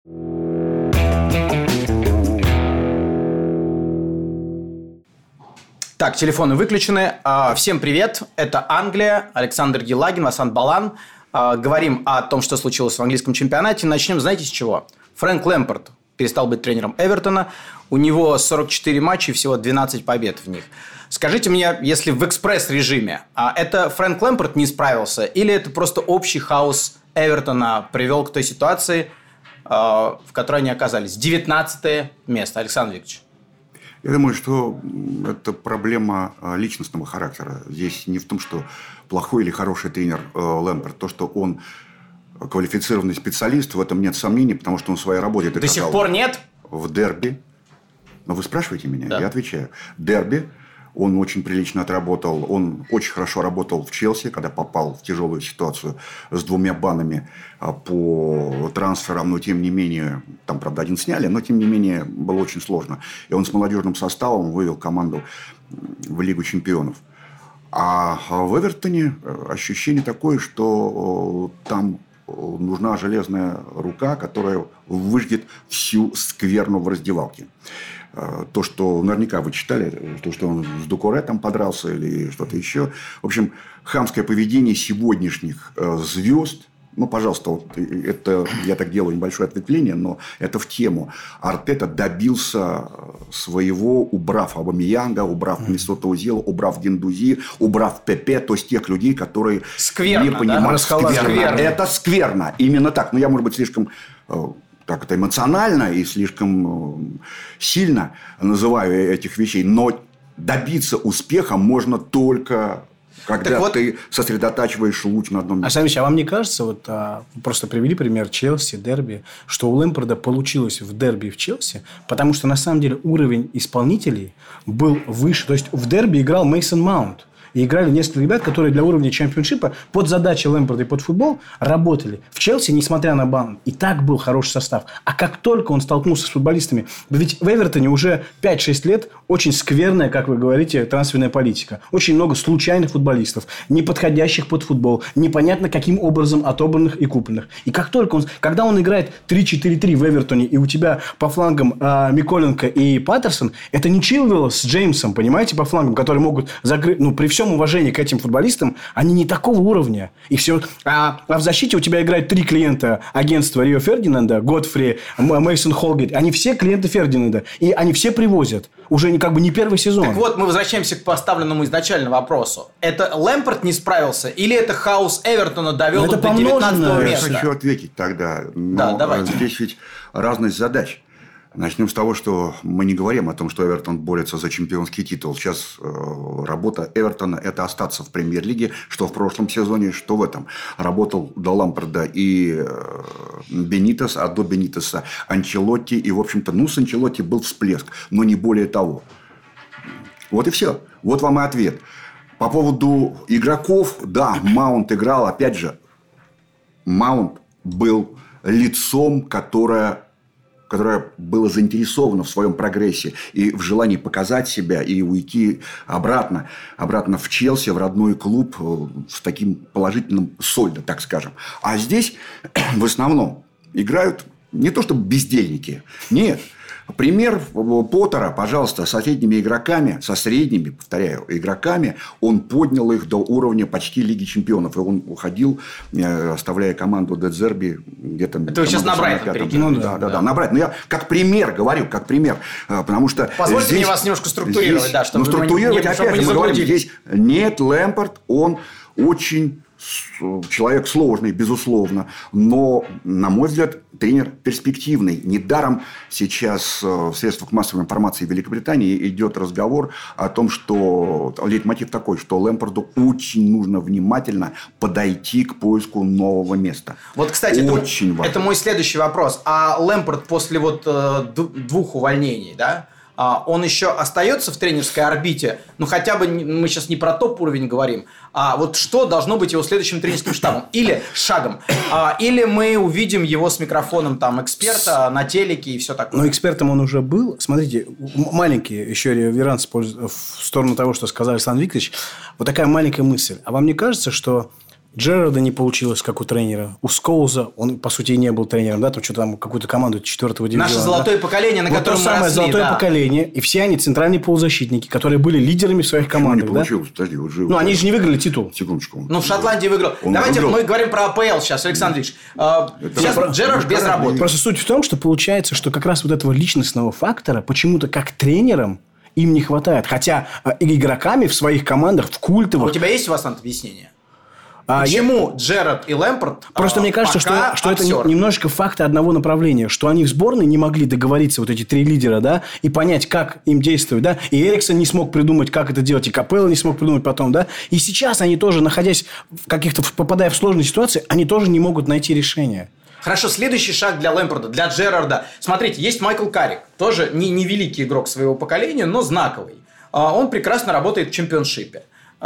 Так, телефоны выключены. Всем привет. Это Англия. Александр Елагин, Васан Балан. Говорим о том, что случилось в английском чемпионате. Начнем, знаете, с чего? Фрэнк Лэмпард перестал быть тренером Эвертона. У него 44 матча и всего 12 побед в них. Скажите мне, если в экспресс-режиме, это Фрэнк Лэмпард не справился? Или это просто общий хаос Эвертона привел к той ситуации, в которой они оказались? 19 место. Александр Викторович. Я думаю, что это проблема личностного характера. Здесь не в том, что плохой или хороший тренер Лэмпард. То, что он квалифицированный специалист, в этом нет сомнений, потому что он в своей работе доказал. До сих пор нет? В дерби. Но вы спрашиваете меня, да. Я отвечаю. Дерби. Он очень прилично отработал. Он очень хорошо работал в Челси, когда попал в тяжелую ситуацию с 2 банами по трансферам. Но, тем не менее, там, правда, 1 сняли, но, тем не менее, было очень сложно. И он с молодежным составом вывел команду в Лигу чемпионов. А в Эвертоне ощущение такое, что там нужна железная рука, которая выжгет всю скверну в раздевалке. То, что наверняка вы читали, то, что он с Дукуре там подрался или что-то еще. В общем, хамское поведение сегодняшних звезд. Ну, пожалуйста, вот это я так делаю небольшое ответвление, но это в тему. Артета добился своего, убрав Абамеянга, убрав Месута Озила, убрав Гендузи, убрав Пепе, то есть тех людей, которые скверно, не понимают. Да? Скверно. Это скверно. Именно так. Но я, может быть, слишком... так это эмоционально и слишком сильно называю этих вещей. Но добиться успеха можно только, когда ты сосредотачиваешь луч на одном месте. А вам не кажется, вот просто привели пример Челси, дерби, что у Лэмпарда получилось в дерби в Челси, потому что на самом деле уровень исполнителей был выше. То есть в дерби играл Мейсон Маунт. И играли несколько ребят, которые для уровня чемпионшипа под задачи Лэмпарда и под футбол работали. В Челси, несмотря на бан, и так был хороший состав. А как только он столкнулся с футболистами... Ведь в Эвертоне уже 5-6 лет очень скверная, как вы говорите, трансферная политика. Очень много случайных футболистов, не подходящих под футбол, непонятно каким образом отобранных и купленных. И как только когда он играет 3-4-3 в Эвертоне, и у тебя по флангам Миколенко и Паттерсон, это не Чилвелл с Джеймсом, понимаете, по флангам, которые могут закрыть... при всем уважении к этим футболистам, они не такого уровня. И все. А в защите у тебя играют 3 клиента агентства Рио Фердинанда, Годфри, Мейсон Холгейт. Они все клиенты Фердинанда. И они все привозят. Уже не 1-й сезон. Так вот, мы возвращаемся к поставленному изначально вопросу. Это Лэмпард не справился? Или это хаос Эвертона довел до 19-го места? Я хочу ответить тогда. Да, давайте. Здесь ведь разность задач. Начнем с того, что мы не говорим о том, что Эвертон борется за чемпионский титул. Сейчас работа Эвертона – это остаться в премьер-лиге, что в прошлом сезоне, что в этом. Работал до Лампарда и Бенитес, а до Бенитеса Анчелотти. И, в общем-то, с Анчелотти был всплеск, но не более того. Вот и все. Вот вам и ответ. По поводу игроков, да, Маунт играл. Опять же, Маунт был лицом, которое было заинтересовано в своем прогрессе и в желании показать себя и уйти обратно в Челси, в родной клуб с таким положительным сольдо, так скажем. А здесь в основном играют не то чтобы бездельники, нет. Пример Поттера, пожалуйста, со средними игроками, он поднял их до уровня почти Лиги чемпионов. И он уходил, оставляя команду Де Зерби где-то... Это вы сейчас на Брайтон перекинули. Да, на Брайтон. Но я как пример говорю, потому что... Позвольте мне вас немножко структурировать, чтобы структурировать, опять же, мы говорим, здесь нет, Лэмпард, он очень... человек сложный, безусловно, но, на мой взгляд, тренер перспективный. Недаром сейчас в средствах массовой информации Великобритании идет разговор о том, что лейтмотив такой, что Лэмпарду очень нужно внимательно подойти к поиску нового места. Вот, кстати, это мой следующий вопрос. А Лэмпард после 2 увольнений, да? Он еще остается в тренерской орбите, хотя бы мы сейчас не про топ-уровень говорим, а вот что должно быть его следующим тренерским штабом или шагом, или мы увидим его с микрофоном эксперта на телеке и все такое. Но экспертом он уже был. Смотрите, маленький еще реверанс в сторону того, что сказал Александр Викторович. Вот такая маленькая мысль. А вам не кажется, что Джерарда не получилось, как у тренера. У Скоуза, он, по сути, и не был тренером, да, там что-то там какую-то команду 4-го дивизиона. Наше золотое поколение, на вот котором то мы самое росли, золотое да. поколение, и все они центральные полузащитники, которые были лидерами в своих командах. Не получилось, подожди, вот же... Ну, они же не выиграли титул. Секундочку. Ну, в Шотландии выиграл. Давайте мы говорим про АПЛ сейчас, Александр Ильич. Сейчас Джерард без работы. Просто суть в том, что получается, что как раз вот этого личностного фактора почему-то как тренерам им не хватает. Хотя игроками в своих командах, в культовых... У тебя есть, Васан, объяснение? Почему Джерард и Лэмпард Просто мне кажется, что это немножечко факты одного направления. Что они в сборной не могли договориться, вот эти 3 лидера, да, и понять, как им действовать, да. И Эриксон не смог придумать, как это делать, и Капелло не смог придумать потом, да. И сейчас они тоже, находясь в каких-то, попадая в сложные ситуации, они тоже не могут найти решение. Хорошо, следующий шаг для Лэмпарда, для Джерарда. Смотрите, есть Майкл Каррик. Тоже не великий игрок своего поколения, но знаковый. Он прекрасно работает в чемпионшипе.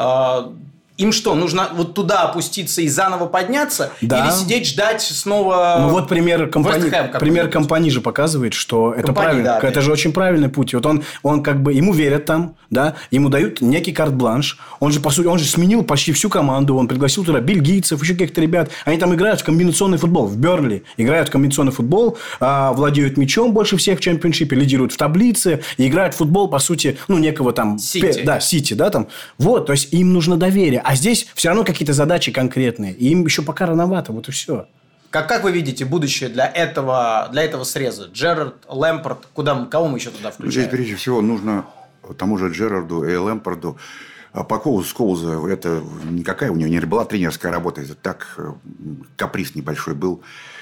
Им что, нужно вот туда опуститься и заново подняться? Да. Или сидеть, ждать снова... Ну, вот пример Компани же показывает, что это правильно. Да, это же очень правильный путь. Вот он как бы... Ему верят там, да? Ему дают некий карт-бланш. Он же, по сути, он же сменил почти всю команду. Он пригласил туда бельгийцев, еще каких-то ребят. Они там играют в комбинационный футбол. В Бернли играют в комбинационный футбол. Владеют мячом больше всех в чемпионшипе. Лидируют в таблице. И играют в футбол, по сути, ну, некого там... Сити. Да, Сити, да, там. Вот, то есть, им нужно доверие. А здесь все равно какие-то задачи конкретные. И им еще пока рановато. Вот и все. Как вы видите будущее для этого среза? Джерард, Лэмпард, кого мы еще туда включаем? Здесь, прежде всего, нужно тому же Джерарду и Лэмпарду. По Скоуза это никакая у него не была тренерская работа. Это так каприз небольшой был.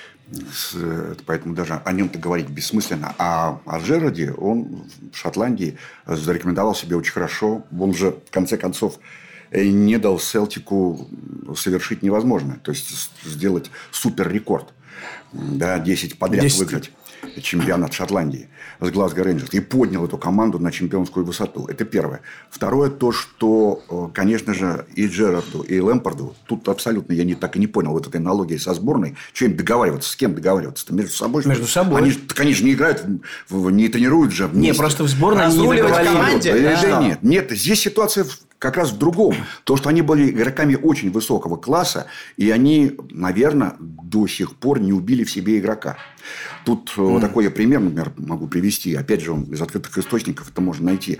Поэтому даже о нем-то говорить бессмысленно. А о Джерарде он в Шотландии зарекомендовал себя очень хорошо. Он же, в конце концов, не дал Селтику совершить невозможное. То есть, сделать суперрекорд. Да, 10 подряд выиграть чемпионат Шотландии с Глазго Рейнджерс. И поднял эту команду на чемпионскую высоту. Это первое. Второе, то, что, конечно же, и Джерарду, и Лэмпарду, тут абсолютно я так и не понял вот этой аналогии со сборной. Что им договариваться? С кем договариваться-то? Между собой? Между собой. Они же не играют, не тренируют же вместе. Не, просто в сборной они не договариваются. Нет, здесь ситуация как раз в другом. То, что они были игроками очень высокого класса, и они, наверное, до сих пор не убили в себе игрока. Тут вот такой я пример, например, могу привести. Опять же, из открытых источников это можно найти.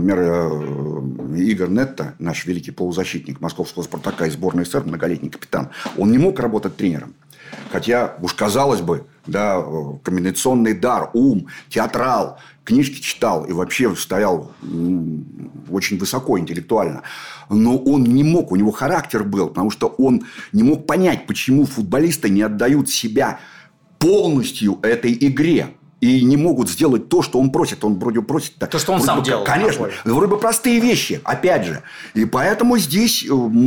Например, Игорь Нетто, наш великий полузащитник московского «Спартака» и сборной СССР, многолетний капитан, он не мог работать тренером. Хотя, уж казалось бы, да, комбинационный дар, ум, театрал, книжки читал и вообще стоял очень высоко интеллектуально. Но он не мог, у него характер был, потому что он не мог понять, почему футболисты не отдают себя полностью этой игре. И не могут сделать то, что он просит. Он вроде просит... То, что он сам делал. Конечно. Вроде бы простые вещи, опять же. И поэтому здесь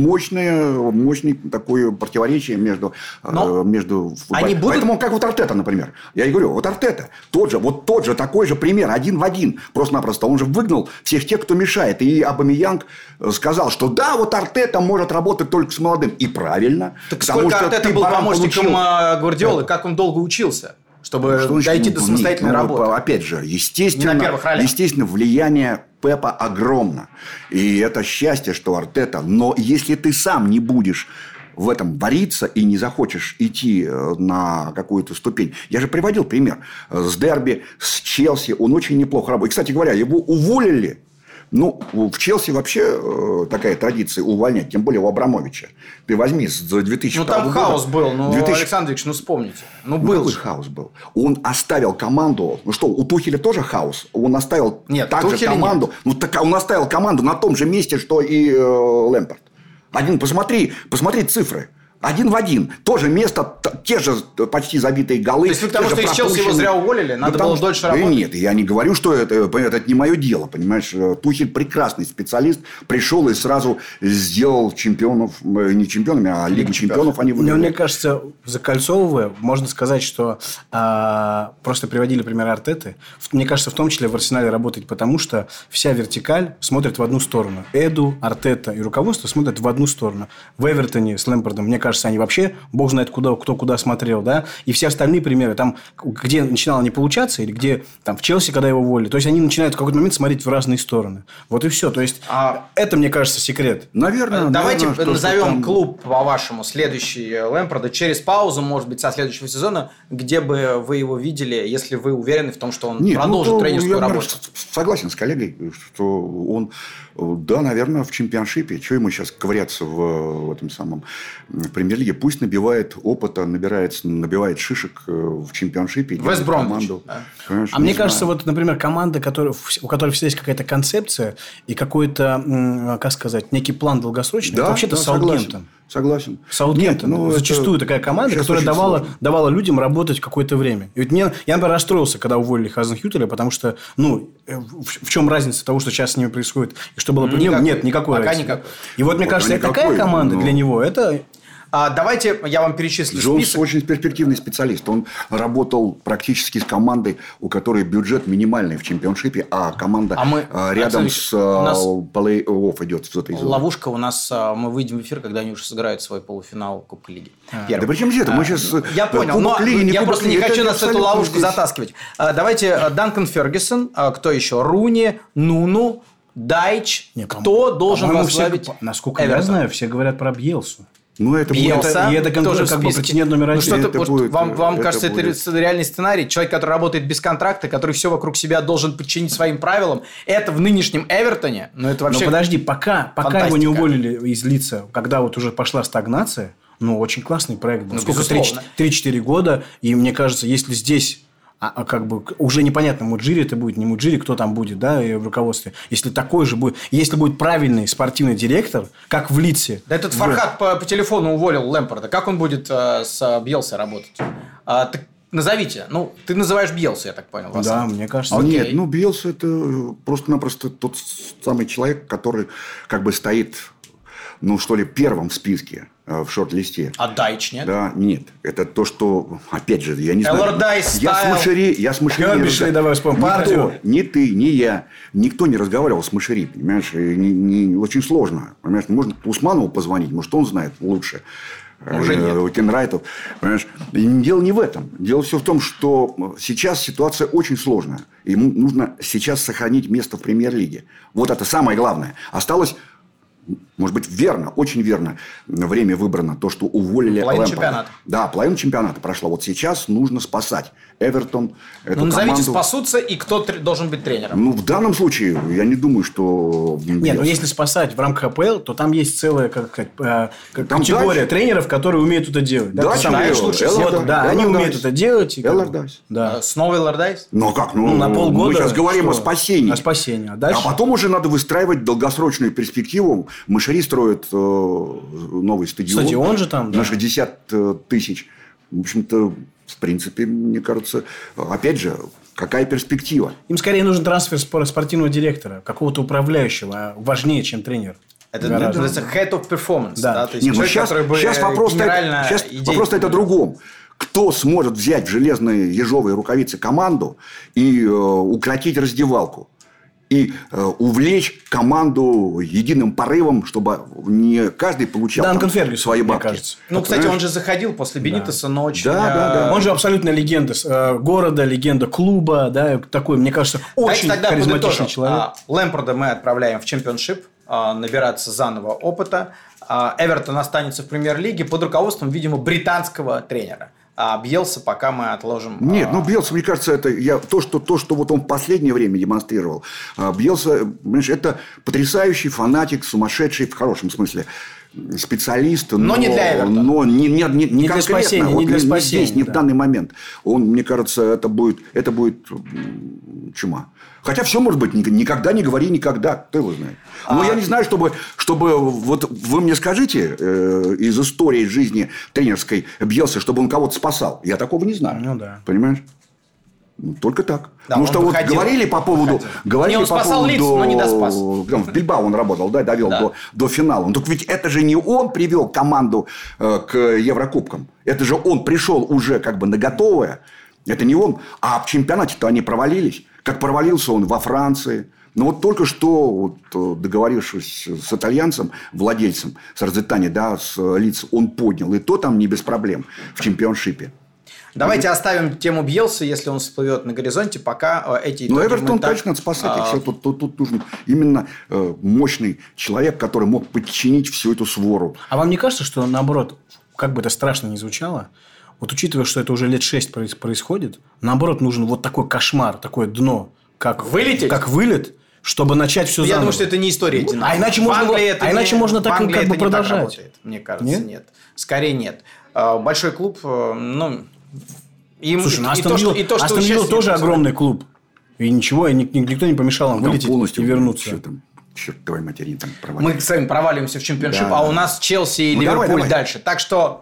мощное такое противоречие между футболистами. Поэтому, как вот Артета, например. Я и говорю, вот Артета, тот же такой же пример, один в один. Просто-напросто. Он же выгнал всех тех, кто мешает. И Абамеянг сказал, что да, вот Артета может работать только с молодым. И правильно. Так сколько Артета был помощником Гвардиолы, как он долго учился? Чтобы дойти до самостоятельной работы. Опять же, естественно, влияние Пепа огромно. И это счастье, что Артета. Но если ты сам не будешь в этом вариться и не захочешь идти на какую-то ступень. Я же приводил пример. С Дерби, с Челси он очень неплохо работает. И, кстати говоря, его уволили. Ну, в Челси вообще такая традиция увольнять, тем более у Абрамовича. Ты возьми с 2002 года. Ну, там хаос был. Александр Ильич, вспомните. Был же хаос был. Он оставил команду. Ну, что, у Тухеля тоже хаос? Он оставил также команду. Нет. Ну, так он оставил команду на том же месте, что и Лэмпард. Посмотри цифры. Один в один. То же место, те же почти забитые голы. То есть, потому что из Челси его зря уволили? Надо было дольше работать? Нет, я не говорю, что это не мое дело. Понимаешь, Тухель прекрасный специалист. Пришел и сразу сделал чемпионов, не чемпионами, а Лигу чемпионов они выиграли. Мне кажется, закольцовывая, можно сказать, что просто приводили пример Артеты. Мне кажется, в том числе в Арсенале работает, потому что вся вертикаль смотрит в одну сторону. Эду, Артета и руководство смотрят в одну сторону. В Эвертоне с Лэмпардом, мне кажется, кажется, они вообще, бог знает, кто куда смотрел, да, и все остальные примеры, там, где начинало не получаться, или где, там, в Челси, когда его уволили, то есть, они начинают в какой-то момент смотреть в разные стороны. Вот и все. То есть, это, мне кажется, секрет. Наверное. Давайте назовем клуб, по-вашему, следующий Лэмпарда через паузу, может быть, со следующего сезона, где бы вы его видели, если вы уверены в том, что он продолжит тренерскую работу. Согласен с коллегой, что он, да, наверное, в чемпионшипе. Чего ему сейчас ковыряться в этом самом премьер-лиге? Пусть набивает опыта, набивает шишек в чемпионшипе. Вест Бромвич. А мне кажется, вот, например, команда, у которой всегда есть какая-то концепция и какой-то, как сказать, некий план долгосрочный, это вообще-то Саутгемптон. Согласен. Саутгемптон. Зачастую такая команда, которая давала людям работать какое-то время. И вот я, например, расстроился, когда уволили Хазенхютеля, потому что, в чем разница того, что сейчас с ними происходит, и что было при нем? Нет, никакой разницы. Никакой. И вот, мне кажется, такая команда для него, это... Давайте я вам перечислю Джонс список. очень перспективный специалист. Он работал практически с командой, у которой бюджет минимальный в чемпионшипе, а команда рядом с плей-офф идет в этой зоне. Ловушка у нас, мы выйдем в эфир, когда они уже сыграют свой полуфинал Кубка Лиги. Да причем здесь это? Мы сейчас... Я понял, но я просто не хочу нас в эту ловушку затаскивать. Давайте Данкан Фергюсон, кто еще? Руни, Нуну, Дайч. Кто должен возглавить Эвертон? Насколько я знаю, все говорят про Бьелсу. Это Биелса, и это тоже как бы претендент номер один. Вам кажется, это реальный сценарий? Человек, который работает без контракта, который все вокруг себя должен подчинить своим правилам. Это в нынешнем Эвертоне? Это вообще... Но подожди, пока его не уволили из Лидса, когда вот уже пошла стагнация, очень классный проект был. Сколько? 3-4 года. И мне кажется, если здесь... как бы уже непонятно, Муджири это будет, не Муджири, кто там будет, да, в руководстве. Если такой же будет, если будет правильный спортивный директор, как в Лидсе. Да этот Фархад по телефону уволил Лэмпарда. Как он будет с Бьелсой работать? Назовите. Ты называешь Бьелсу, я так понял. Да, мне кажется. Нет, Бьелса это просто-напросто тот самый человек, который как бы стоит, первым в списке. В шорт-листе. А Дайч нет? Да, нет. Это то, что... Опять же, я не знаю. Эллардайс Я с Мошери... Давай вспомним. Партию. Ни ты, ни я. Никто не разговаривал с Мошери, понимаешь? Очень сложно. Понимаешь? Можно Усманову позвонить. Может, он знает лучше. Уже нет. Кенрайтов. Понимаешь? Дело не в этом. Дело все в том, что сейчас ситуация очень сложная. Ему нужно сейчас сохранить место в премьер-лиге. Вот это самое главное. Осталось... Может быть, верно, очень верно время выбрано. То, что уволили половину чемпионата. Да, половину чемпионата прошло. Вот сейчас нужно спасать Эвертон. Назовите, спасутся, и кто должен быть тренером? В данном случае, я не думаю, что... Нет, если спасать в рамках АПЛ, то там есть целая категория тренеров, которые умеют это делать. Да, они умеют это делать. Эллардайс. Снова Эллардайс? Как? На полгода. Мы сейчас говорим о спасении. О спасении. А потом уже надо выстраивать долгосрочную перспективу. Мошери строит новый стадион. Стадион же там, на 60 тысяч. В общем-то, в принципе, мне кажется, опять же, какая перспектива? Им скорее нужен трансфер спортивного директора, какого-то управляющего, важнее, чем тренер. Это head of performance. Да. То есть сейчас вопрос это другом. Кто сможет взять в железные ежовые рукавицы команду и укротить раздевалку? И увлечь команду единым порывом, чтобы не каждый получал свои бабки. Кажется. Кстати, он же заходил после Бенитеса ночью. Да. Он же абсолютно легенда города, легенда клуба. Да, такой, мне кажется, очень харизматичный человек. Лэмпарда мы отправляем в чемпионшип набираться заново опыта. Эвертон останется в премьер-лиге под руководством, видимо, британского тренера. А Бьелса пока мы отложим. Нет, Бьелса, мне кажется, это то, что вот он в последнее время демонстрировал. Бьелса, понимаешь, это потрясающий фанатик, сумасшедший, в хорошем смысле, специалист. Но не для Эвертона. Но не для спасения. Вот не здесь, не в данный момент. Он, мне кажется, это будет чума. Хотя все может быть. Никогда не говори никогда. Кто его знает. Но я не знаю, чтобы вот вы мне скажите из истории жизни тренерской Бьелсы, чтобы он кого-то спасал. Я такого не знаю. Понимаешь? Только так. Да, потому что вот говорили по поводу... Он спасал Лидс, но не доспас. В Бильбао он работал, довел до финала. Так ведь это же не он привел команду к Еврокубкам. Это же он пришел уже как бы на готовое. Это не он. А в чемпионате-то они провалились. Как провалился он во Франции. Но вот только что, вот, договорившись с итальянцем, владельцем, с Розетани, да, с Лидс, он поднял. И то там не без проблем в чемпионшипе. Давайте оставим тему Бьелса, если он всплывет на горизонте, пока эти итоги... Но Эвертон, конечно, надо спасать. Тут нужен именно мощный человек, который мог подчинить всю эту свору. А вам не кажется, что наоборот, как бы это страшно ни звучало, вот учитывая, что это уже лет 6 происходит, наоборот, нужен вот такой кошмар, такое дно, как вылет, чтобы начать все заново. Я думаю, что это не история динамики. А иначе можно так как бы продолжать. Мне кажется, нет. Скорее нет. Большой клуб, Слушай, Астон Вилла тоже огромный клуб. И ничего, никто не помешал им вылететь и вернуться. Черт твоей матери, там проваливаемся. Мы с вами проваливаемся в чемпионшип, а у нас Челси и Ливерпуль давай. Дальше. Так что...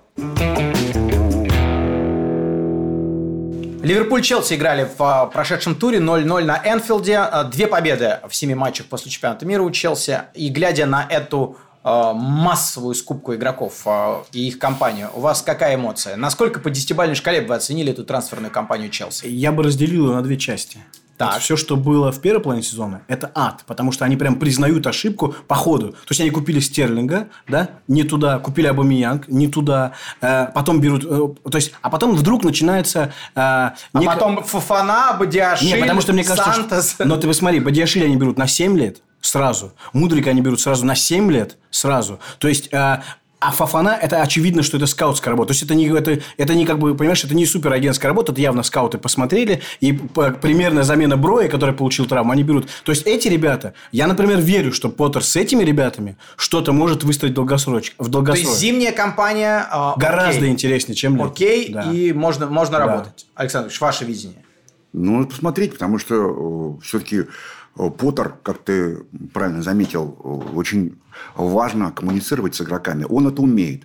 Ливерпуль-Челси играли в прошедшем туре 0-0 на Энфилде. 2 победы в 7 матчах после чемпионата мира у Челси. И глядя на эту массовую скупку игроков и их компанию, у вас какая эмоция? Насколько по 10-бальной шкале вы оценили эту трансферную кампанию Челси? Я бы разделил ее на 2 части. Вот все, что было в первой половине сезона, это ад. Потому что они прям признают ошибку по ходу. То есть, они купили Стерлинга, да, не туда. Купили Абамеянг, не туда. Потом берут... а потом вдруг начинается... потом Фофана, Бадиашиль, Нет, потому что мне кажется, Сантос. Но ты посмотри, Бадиашиль они берут на 7 лет сразу. Мудрика они берут сразу на 7 лет сразу. То есть... А Фофана, это очевидно, что это скаутская работа. То есть, это не как бы, понимаешь, это не суперагентская работа. Это явно скауты посмотрели. И примерная замена Броя, который получил травму, они берут. То есть, эти ребята... Я, например, верю, что Поттер с этими ребятами что-то может выстроить в долгосрочке. То есть, зимняя кампания... гораздо интереснее, чем летом. Окей, да. И можно работать. Александр Ильич, ваше видение? Ну, посмотреть, потому что все-таки... Поттер, как ты правильно заметил, очень важно коммуницировать с игроками. Он это умеет.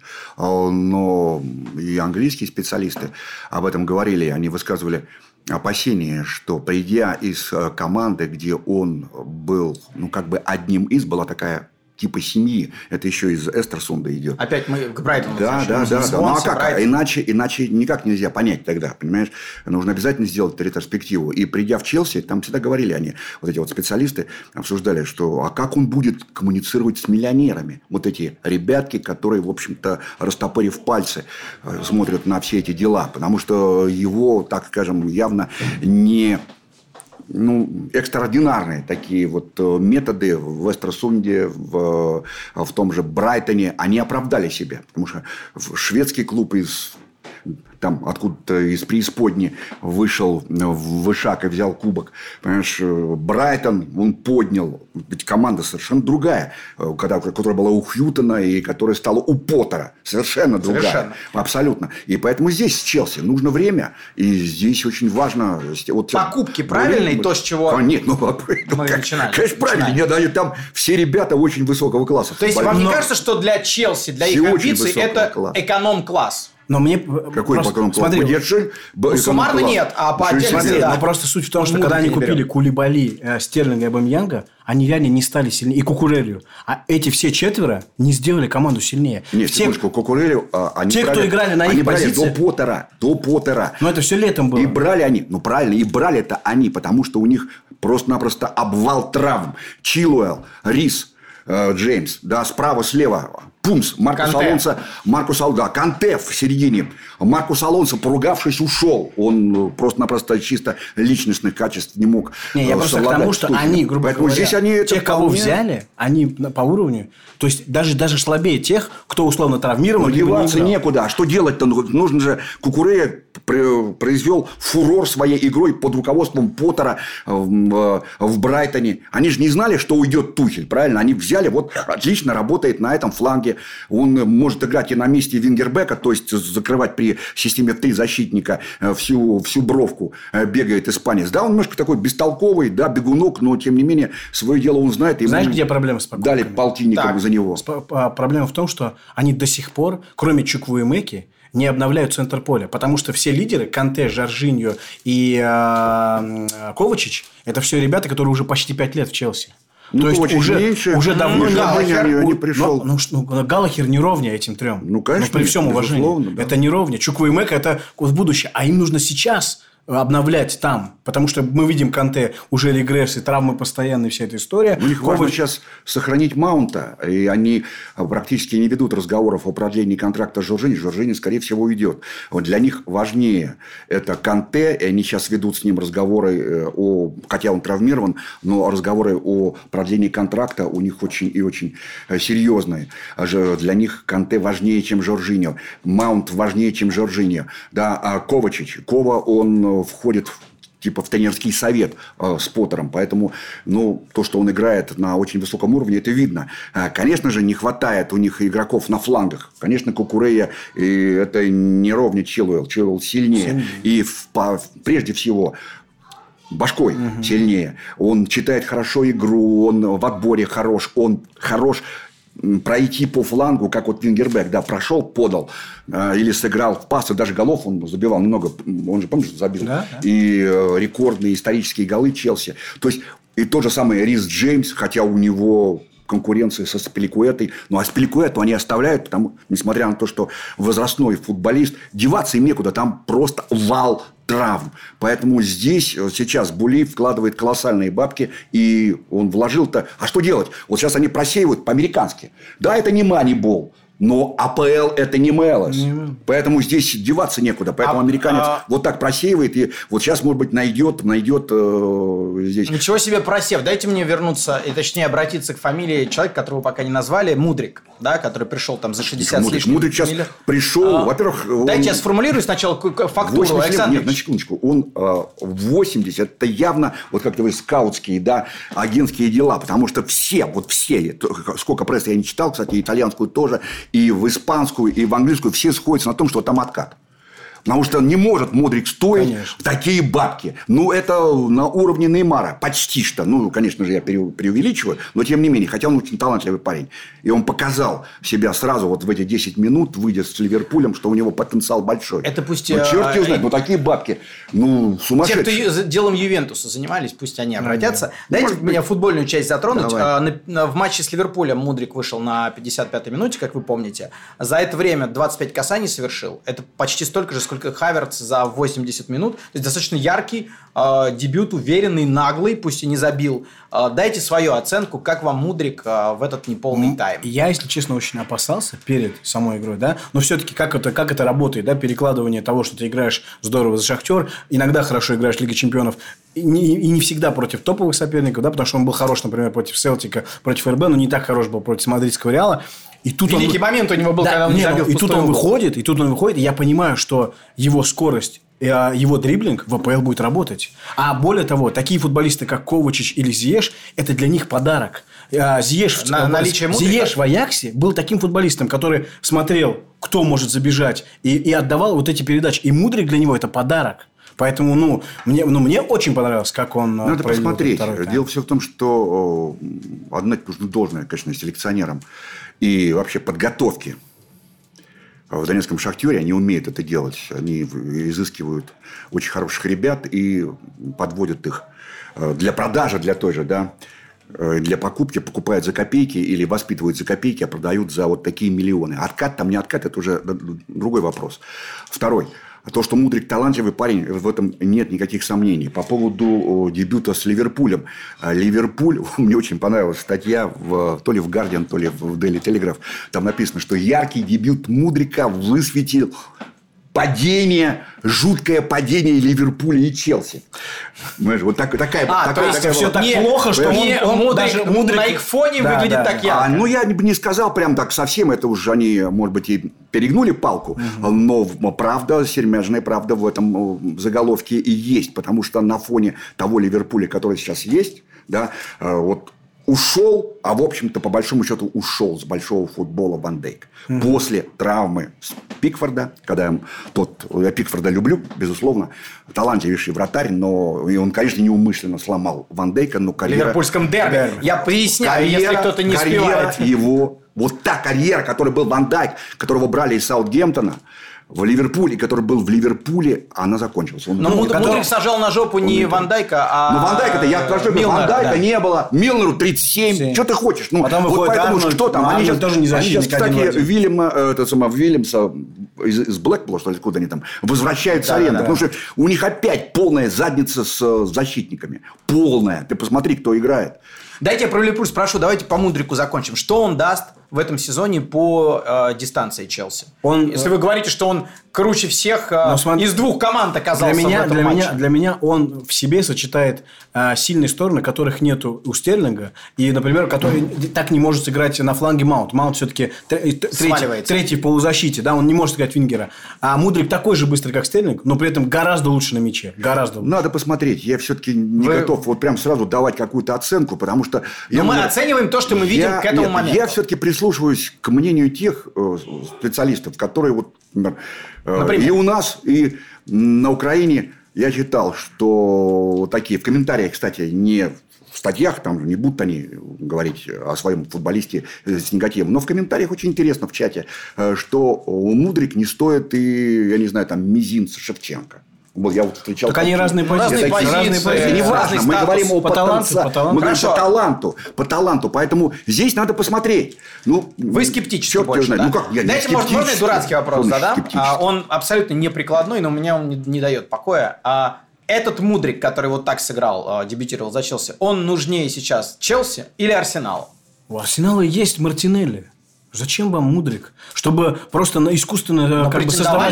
Но и английские специалисты об этом говорили. Они высказывали опасения, что придя из команды, где он был, одним из, была такая... типа семьи. Это еще из Эстерсунда идет. Опять мы к Брайтону. Да. Ну, а как? Иначе никак нельзя понять тогда, понимаешь? Нужно обязательно сделать ретроспективу. И придя в Челси, там всегда говорили они, вот эти вот специалисты, обсуждали, что а как он будет коммуницировать с миллионерами? Вот эти ребятки, которые, в общем-то, растопырив пальцы, смотрят на все эти дела. Потому что его, так скажем, явно не... экстраординарные такие вот методы в Эстерсунде, в том же Брайтоне, они оправдали себя. Потому что шведский клуб там откуда-то из преисподней вышел в Вышак и взял кубок. Понимаешь, Брайтон, он поднял. Ведь команда совершенно другая, которая была у Хьютона и которая стала у Поттера. Совершенно другая. Совершенно. Абсолютно. И поэтому здесь с Челси нужно время. И здесь очень важно... Покупки правильные, то, с чего мы начинали. Конечно, правильно. Там все ребята очень высокого класса. То есть, вам не кажется, что для Челси, для их амбиций, это эконом-класс? Но мне какой потом смотри, суммарно нет, а по отдельности да. Но просто суть в том, что когда они купили Кулибали, Стерлинга и Абамеянга, они реально не стали сильнее. И Кукурелью. А эти все 4 не сделали команду сильнее. Нет, секундочку, Кукурелью они те, кто играли на их позиции... До Поттера. Но это все летом было. И брали они. Правильно, и брали это они, потому что у них просто-напросто обвал травм. Чилуэлл, Рис, Джеймс, да, справа-слева... Пумс, Маркус Алонсо, Канте в середине. Маркус Алонсо, поругавшись, ушел. Он просто-напросто чисто личностных качеств не мог я просто к тому, что они, грубо говоря, здесь они тех, кого взяли, они по уровню, то есть даже слабее тех, кто условно травмирован. Деваться некуда. А что делать-то? Нужно же... Кукурея произвел фурор своей игрой под руководством Поттера в Брайтоне. Они же не знали, что уйдет Тухель, правильно? Они взяли, вот отлично работает на этом фланге. Он может играть и на месте вингербека, то есть закрывать при системе 3 защитника всю бровку. Бегает испанец. Да, он немножко такой бестолковый, да, бегунок, но тем не менее свое дело он знает. Знаешь, где проблема с покупками? Дали полтинником за него. Проблема в том, что они до сих пор, кроме Чуквуэмеки, не обновляют центр поля. Потому что все лидеры, Канте, Жоржиньо и Ковачич, это все ребята, которые уже почти 5 лет в Челси. То есть, уже давно не пришел. Галлахер не ровня этим 3. Конечно. При всем уважении. Да. Это не ровня. Чуквуэмека – это в будущее. А им нужно сейчас обновлять там. Потому что мы видим Канте, уже регресс и травмы постоянные, вся эта история. У них важно сейчас сохранить Маунта. И они практически не ведут разговоров о продлении контракта с Жоржини. Жоржини, скорее всего, уйдет. Вот для них важнее это Канте. И они сейчас ведут с ним разговоры хотя он травмирован, но разговоры о продлении контракта у них очень и очень серьезные. Для них Канте важнее, чем Жоржиньо. Маунт важнее, чем Жоржиньо. Да, а Ковачич. Он входит в тренерский совет с Поттером. Поэтому, то, что он играет на очень высоком уровне, это видно. Конечно же, не хватает у них игроков на флангах. Конечно, Кукурея это не ровня Чилуэлл. Чилуэлл сильнее. И прежде всего башкой сильнее. Он читает хорошо игру, он в отборе хорош, он хорош пройти по флангу, как Вингербек, прошел, подал, или сыграл в пас, и даже голов он забивал немного, он же, помнишь, забил, и рекордные исторические голы Челси. То есть, и тот же самый Рис Джеймс, хотя у него конкуренции со Спиликуэтой, а Спиликуэту они оставляют, несмотря на то, что возрастной футболист, деваться им некуда, там просто вал травм. Поэтому здесь сейчас Були вкладывает колоссальные бабки, и он вложил-то... А что делать? Вот сейчас они просеивают по-американски. Да, это не манибол, но АПЛ это не МЛС. Поэтому здесь деваться некуда. Поэтому американец вот так просеивает. И вот сейчас, может быть, найдет здесь... Ничего себе просев. Дайте мне вернуться, и точнее обратиться к фамилии человека, которого пока не назвали, Мудрик, который пришел там за 60 с лишним. Мудрик сейчас пришел, во-первых... Дайте я сформулирую сначала фактуру, Александр. Нет, на секундочку. Он 80, это явно, как ты говоришь, скаутские, агентские дела. Потому что все, сколько прессы я не читал, кстати, итальянскую тоже, и в испанскую, и в английскую, все сходятся на том, что там откат. Потому что не может Мудрик стоить такие бабки. Это на уровне Неймара. Почти что. Конечно же, я преувеличиваю. Но, тем не менее. Хотя он очень талантливый парень. И он показал себя сразу в эти 10 минут, выйдя с Ливерпулем, что у него потенциал большой. Это пусть... черт его знает. Такие бабки. Сумасшедшие. Те, кто делом Ювентуса занимались, пусть они обратятся. Дайте меня футбольную часть затронуть. В матче с Ливерпулем Мудрик вышел на 55-й минуте, как вы помните. За это время 25 касаний совершил. Это почти столько же, сколько Хаверц за 80 минут. То есть, достаточно яркий дебют, уверенный, наглый, пусть и не забил. Дайте свою оценку, как вам Мудрик в этот неполный тайм. Я, если честно, очень опасался перед самой игрой, но все-таки как это работает, перекладывание того, что ты играешь здорово за Шахтер, иногда хорошо играешь в Лиге Чемпионов, и не всегда против топовых соперников, потому что он был хорош, например, против Селтика, против РБ, но не так хорош был против Мадридского Реала. И тут великий момент у него был, когда он не забил. И тут он выходит, и я понимаю, что его скорость, его дриблинг в АПЛ будет работать. А более того, такие футболисты, как Ковачич или Зиеш, это для них подарок. Зиеш в Аяксе был таким футболистом, который смотрел, кто может забежать, и отдавал эти передачи. И Мудрик для него это подарок. Поэтому, мне очень понравилось, как он... Надо посмотреть. Дело все в том, что отдать нужно должное, конечно, селекционерам и вообще подготовки. В Донецком Шахтере они умеют это делать. Они изыскивают очень хороших ребят и подводят их для продажи, для той же, для покупки, покупают за копейки или воспитывают за копейки, а продают за такие миллионы. Откат там не откат, это уже другой вопрос. Второй. То, что Мудрик талантливый парень, в этом нет никаких сомнений. По поводу дебюта с Ливерпулем. Ливерпуль, мне очень понравилась статья то ли в Guardian, то ли в Daily Telegraph. Там написано, что яркий дебют Мудрика высветил жуткое падение Ливерпуля и Челси. Понимаешь, то есть, все так плохо, что Мудрик на их фоне выглядит так ярко. Я бы не сказал прям так совсем. Это уже они, может быть, и перегнули палку. Но правда, сермяжная правда в этом заголовке и есть. Потому что на фоне того Ливерпуля, который сейчас есть, ушел, а в общем-то, по большому счету, ушел с большого футбола Ван Дейк. После травмы Пикфорда, я Пикфорда люблю, безусловно, талантливейший вратарь, но и он, конечно, неумышленно сломал Ван Дейка, но карьера... В ливерпульском дерби. Я поясняю, если кто-то не успевает. Его, та карьера, которой был Ван Дейк, которого брали из Саутгемптона, в Ливерпуле, который был в Ливерпуле, она закончилась. Но Мудрик сажал на жопу не Ван Дейка, а Ван Дейка-то, я скажу, Ван Дейка не было. Милнеру 37. Что ты хочешь? Потом выходит поэтому Арнольд, кто там? Они тоже не защитник. Кстати, Вильямса из Блэкпула, что ли, откуда они там, возвращаются с арены. Потому что у них опять полная задница с защитниками. Полная. Ты посмотри, кто играет. Дайте я про Ливерпуль спрошу. Давайте по Мудрику закончим. Что он даст в этом сезоне по дистанции Челси? Если вы говорите, что он круче всех из двух команд оказался в этом матче. Для меня он в себе сочетает сильные стороны, которых нету у Стерлинга. И, например, который так не может сыграть на фланге Маунт. Маунт все-таки третий в полузащите. Да, он не может сыграть вингера. А Мудрик такой же быстрый, как Стерлинг, но при этом гораздо лучше на мяче. Гораздо лучше. Надо посмотреть. Я все-таки не готов вот прям сразу давать какую-то оценку, потому что... мы оцениваем то, что мы видим к этому моменту. Я все-таки прислушиваюсь к мнению тех специалистов, которые вот, например, и у нас, и на Украине я читал, что такие в комментариях, кстати, не в статьях, там не будут они говорить о своем футболисте с негативом, но в комментариях очень интересно в чате, что Мудрик не стоит и, я не знаю, там мизинца Шевченко. Вот я вот встречал. Так они разные позиции. Разные позиции. Не важно, мы говорим о потенциале. Мы говорим по таланту. Поэтому здесь надо посмотреть. Вы скептически больше, да? Знаете, может, можно я дурацкий вопрос задам? Он абсолютно неприкладной, но меня он не дает покоя. Этот Мудрик, который вот так сыграл, дебютировал за Челси, он нужнее сейчас Челси или Арсеналу? У Арсенала есть Мартинелли. Зачем вам Мудрик? Чтобы просто искусственно создавать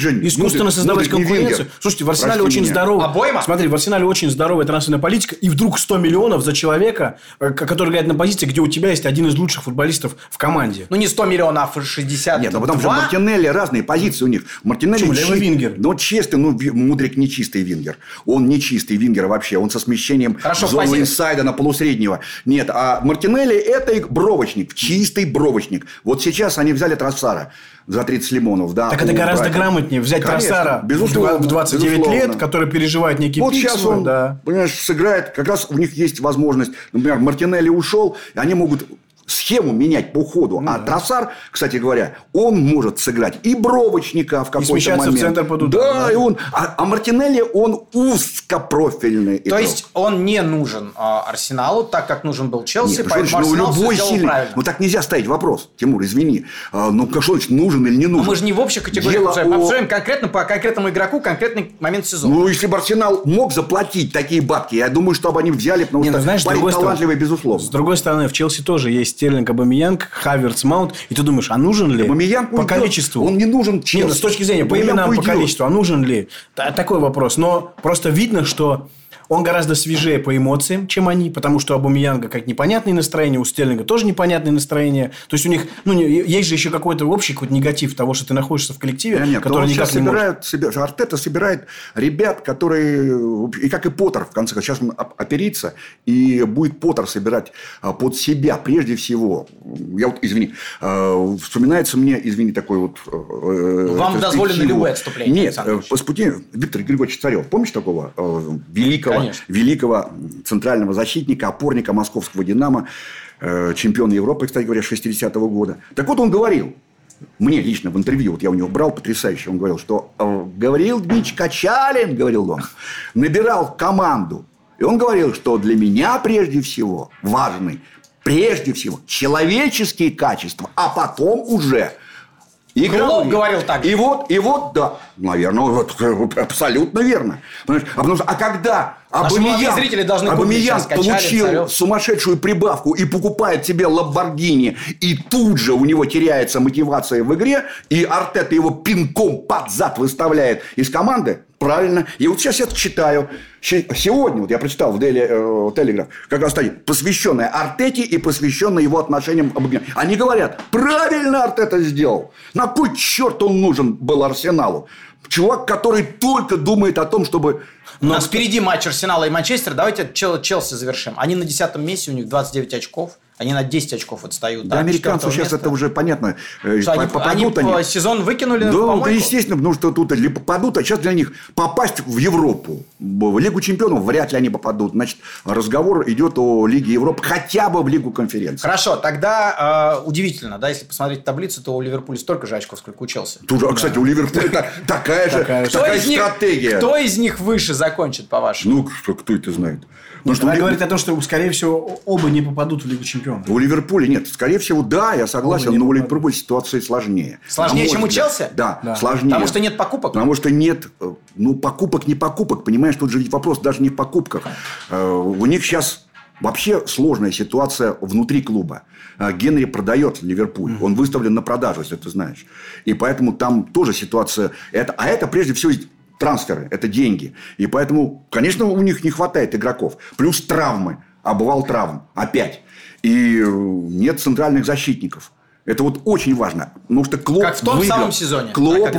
конкуренцию. Слушайте, в Арсенале очень здоровая. Обойма? Смотри, в Арсенале очень здоровая трансферная политика. И вдруг 100 миллионов за человека, который играет на позиции, где у тебя есть один из лучших футболистов в команде. Не 100 миллионов, а 60. Нет, потому что Мартинелли разные позиции у них. Мартинелли левый вингер. Чистый, Мудрик не чистый вингер. Он не чистый вингер вообще. Он со смещением зоны инсайда на полусреднего. Нет, а Мартинелли это бровочник. Чистый бровочник. Вот сейчас они взяли Троссара за 30 лимонов. Да, так это гораздо грамотнее взять Троссара в 29 лет, который переживает некий вот пик. Вот сейчас он, понимаешь, сыграет. Как раз у них есть возможность. Например, Мартинелли ушел, и они могут схему менять по ходу. А Троссар, кстати говоря, он может сыграть и бровочника в какой-то момент. В центр под удар. Да, и он. А Мартинелли, он узкопрофильный. То есть, он не нужен Арсеналу, так как нужен был Челси. Нет, любой сильный. Так нельзя ставить вопрос. Тимур, извини. Что значит, нужен или не нужен? Мы же не в общей категории обсуждаем конкретно по конкретному игроку, конкретный момент сезона. Если бы Арсенал мог заплатить такие бабки, я думаю, что они взяли, потому что парень талантливый, безусловно. С другой стороны, в Челси тоже есть Стерлинг, Абамеянг, Хаверц, Маунт. И ты думаешь, а нужен ли по количеству? Он не нужен Челси. Нет, с точки зрения, по именам, по количеству, а нужен ли? Такой вопрос. Но просто видно, что он гораздо свежее по эмоциям, чем они, потому что у Абамеянга как непонятные настроения, у Стерлинга тоже непонятные настроения. То есть, у них есть же еще какой-то общий негатив того, что ты находишься в коллективе, который никак не может. Артета собирает ребят, которые... И как и Поттер, в конце концов. Сейчас он оперится, и будет Поттер собирать под себя прежде всего. Я вот, извини, вспоминается мне, такой вот... Вам дозволено любое отступление. Нет, по пути Виктор Григорьевич Царев. Помнишь такого великого центрального защитника, опорника московского «Динамо», чемпиона Европы, кстати говоря, 60-го года. Так вот, он говорил, мне лично в интервью, вот я у него брал потрясающе, он говорил, что Гавриил Дмитриевич Качалин, говорил он, набирал команду. И он говорил, что для меня прежде всего важны, человеческие качества, а потом уже... Клоп говорил так. И вот, да, наверное, абсолютно верно. А когда Абамеянг получил сумасшедшую прибавку и покупает себе Ламборгини, и тут же у него теряется мотивация в игре, и Артета его пинком под зад выставляет из команды, правильно. И вот сейчас я читаю. Сегодня, вот я прочитал в Daily Telegraph, как раз стоит, посвященная Артете и посвященная его отношениям Абамеянгу. Они говорят, правильно Артета сделал. На кой черт он нужен был Арсеналу? Чувак, который только думает о том, чтобы... У нас впереди матч Арсенала и Манчестера. Давайте Челси завершим. Они на 10-м месте, у них 29 очков. Они на 10 очков отстают. Да, американцу сейчас это уже понятно. Попадут они сезон выкинули на помойку? Да, естественно, потому что тут или попадут, а сейчас для них попасть в Европу, в Лигу чемпионов вряд ли они попадут. Значит, разговор идет о Лиге Европы, хотя бы в Лигу конференции. Хорошо, тогда удивительно, да, если посмотреть таблицу, то у Ливерпуля столько же очков, сколько у Челси. Кстати, у Ливерпуля такая стратегия. Кто из них выше закончит, по-вашему? Кто это знает? Она говорит о том, что, скорее всего, оба не попадут в Лигу чемпионов. чемпиона. У Ливерпуля нет. Скорее всего, да, я согласен, но у Ливерпуля ситуация сложнее. Сложнее, чем у Челси? Да, сложнее. Потому что нет покупок? Потому что нет, покупок не покупок. Понимаешь, тут же ведь вопрос даже не в покупках. У них сейчас вообще сложная ситуация внутри клуба. Генри продает Ливерпуль. Он выставлен на продажу, если ты знаешь. И поэтому там тоже ситуация... А это прежде всего... Трансферы – это деньги. И поэтому, конечно, у них не хватает игроков. Плюс травмы. Обвал травм. Опять. И нет центральных защитников. Это вот очень важно. Потому что Клоп как в том самом сезоне. Клоп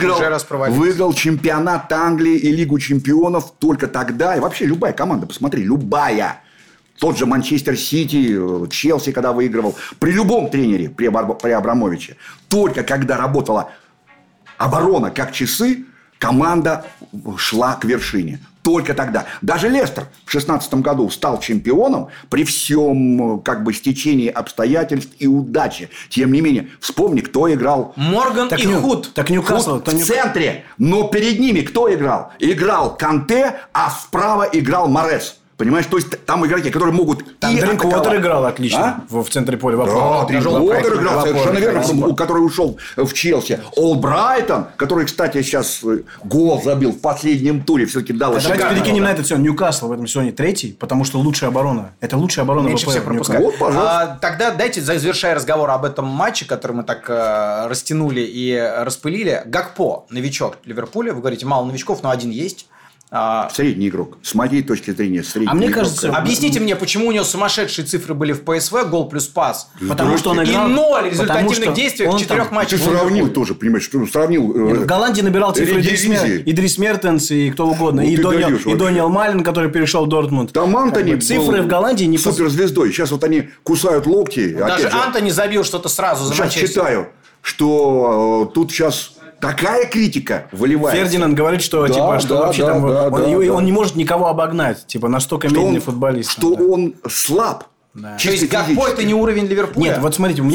выиграл чемпионат Англии и Лигу чемпионов только тогда. И вообще любая команда, посмотри, любая. Тот же Манчестер Сити, Челси, когда выигрывал. При любом тренере, при Абрамовиче. Только когда работала оборона как часы, команда шла к вершине. Только тогда. Даже Лестер в 2016 году стал чемпионом при всем стечении обстоятельств и удачи. Тем не менее, вспомни, кто играл. Морган и Худ. Так Ньюкасл. Худ в центре. Но перед ними кто играл? Играл Канте, а справа играл Морес. Понимаешь, то есть там игроки, которые могут там Дринквотер играл отлично в центре поля. Да, Дринквотер играл совершенно верно, который ушел в Челси. Олбрайтон, который, кстати, сейчас гол забил в последнем туре, все-таки дал. Давайте перекинем на это все. Ньюкасл в этом сезоне третий, потому что лучшая оборона. Это лучшая оборона меньше всех пропускает. Вот, пожалуйста. Тогда дайте, завершая разговор об этом матче, который мы так растянули и распылили. Гакпо, новичок Ливерпуля. Вы говорите, мало новичков, но один есть. Средний игрок. С моей точки зрения, средний игрок. Мне кажется... Объясните мне, почему у него сумасшедшие цифры были в ПСВ, гол плюс пас. Потому что он играл... И 0 результативных действий в 4 матчах. Ты сравнил тоже, понимаешь, что сравнил... В Голландии набирал цифры Идрис Мертенс и кто угодно. И Дониел Малин, который перешел в Дортмунд. Там Антони цифры в Голландии не... суперзвездой. Сейчас вот они кусают локти. Даже Антони забил что-то сразу за Манчестер. Сейчас читаю, что тут сейчас... Такая критика выливается. Фердинанд говорит, что он не может никого обогнать. Настолько медленный футболист. Что он слаб. Да. То есть Гакпо это не уровень Ливерпуля? Нет, вот смотрите,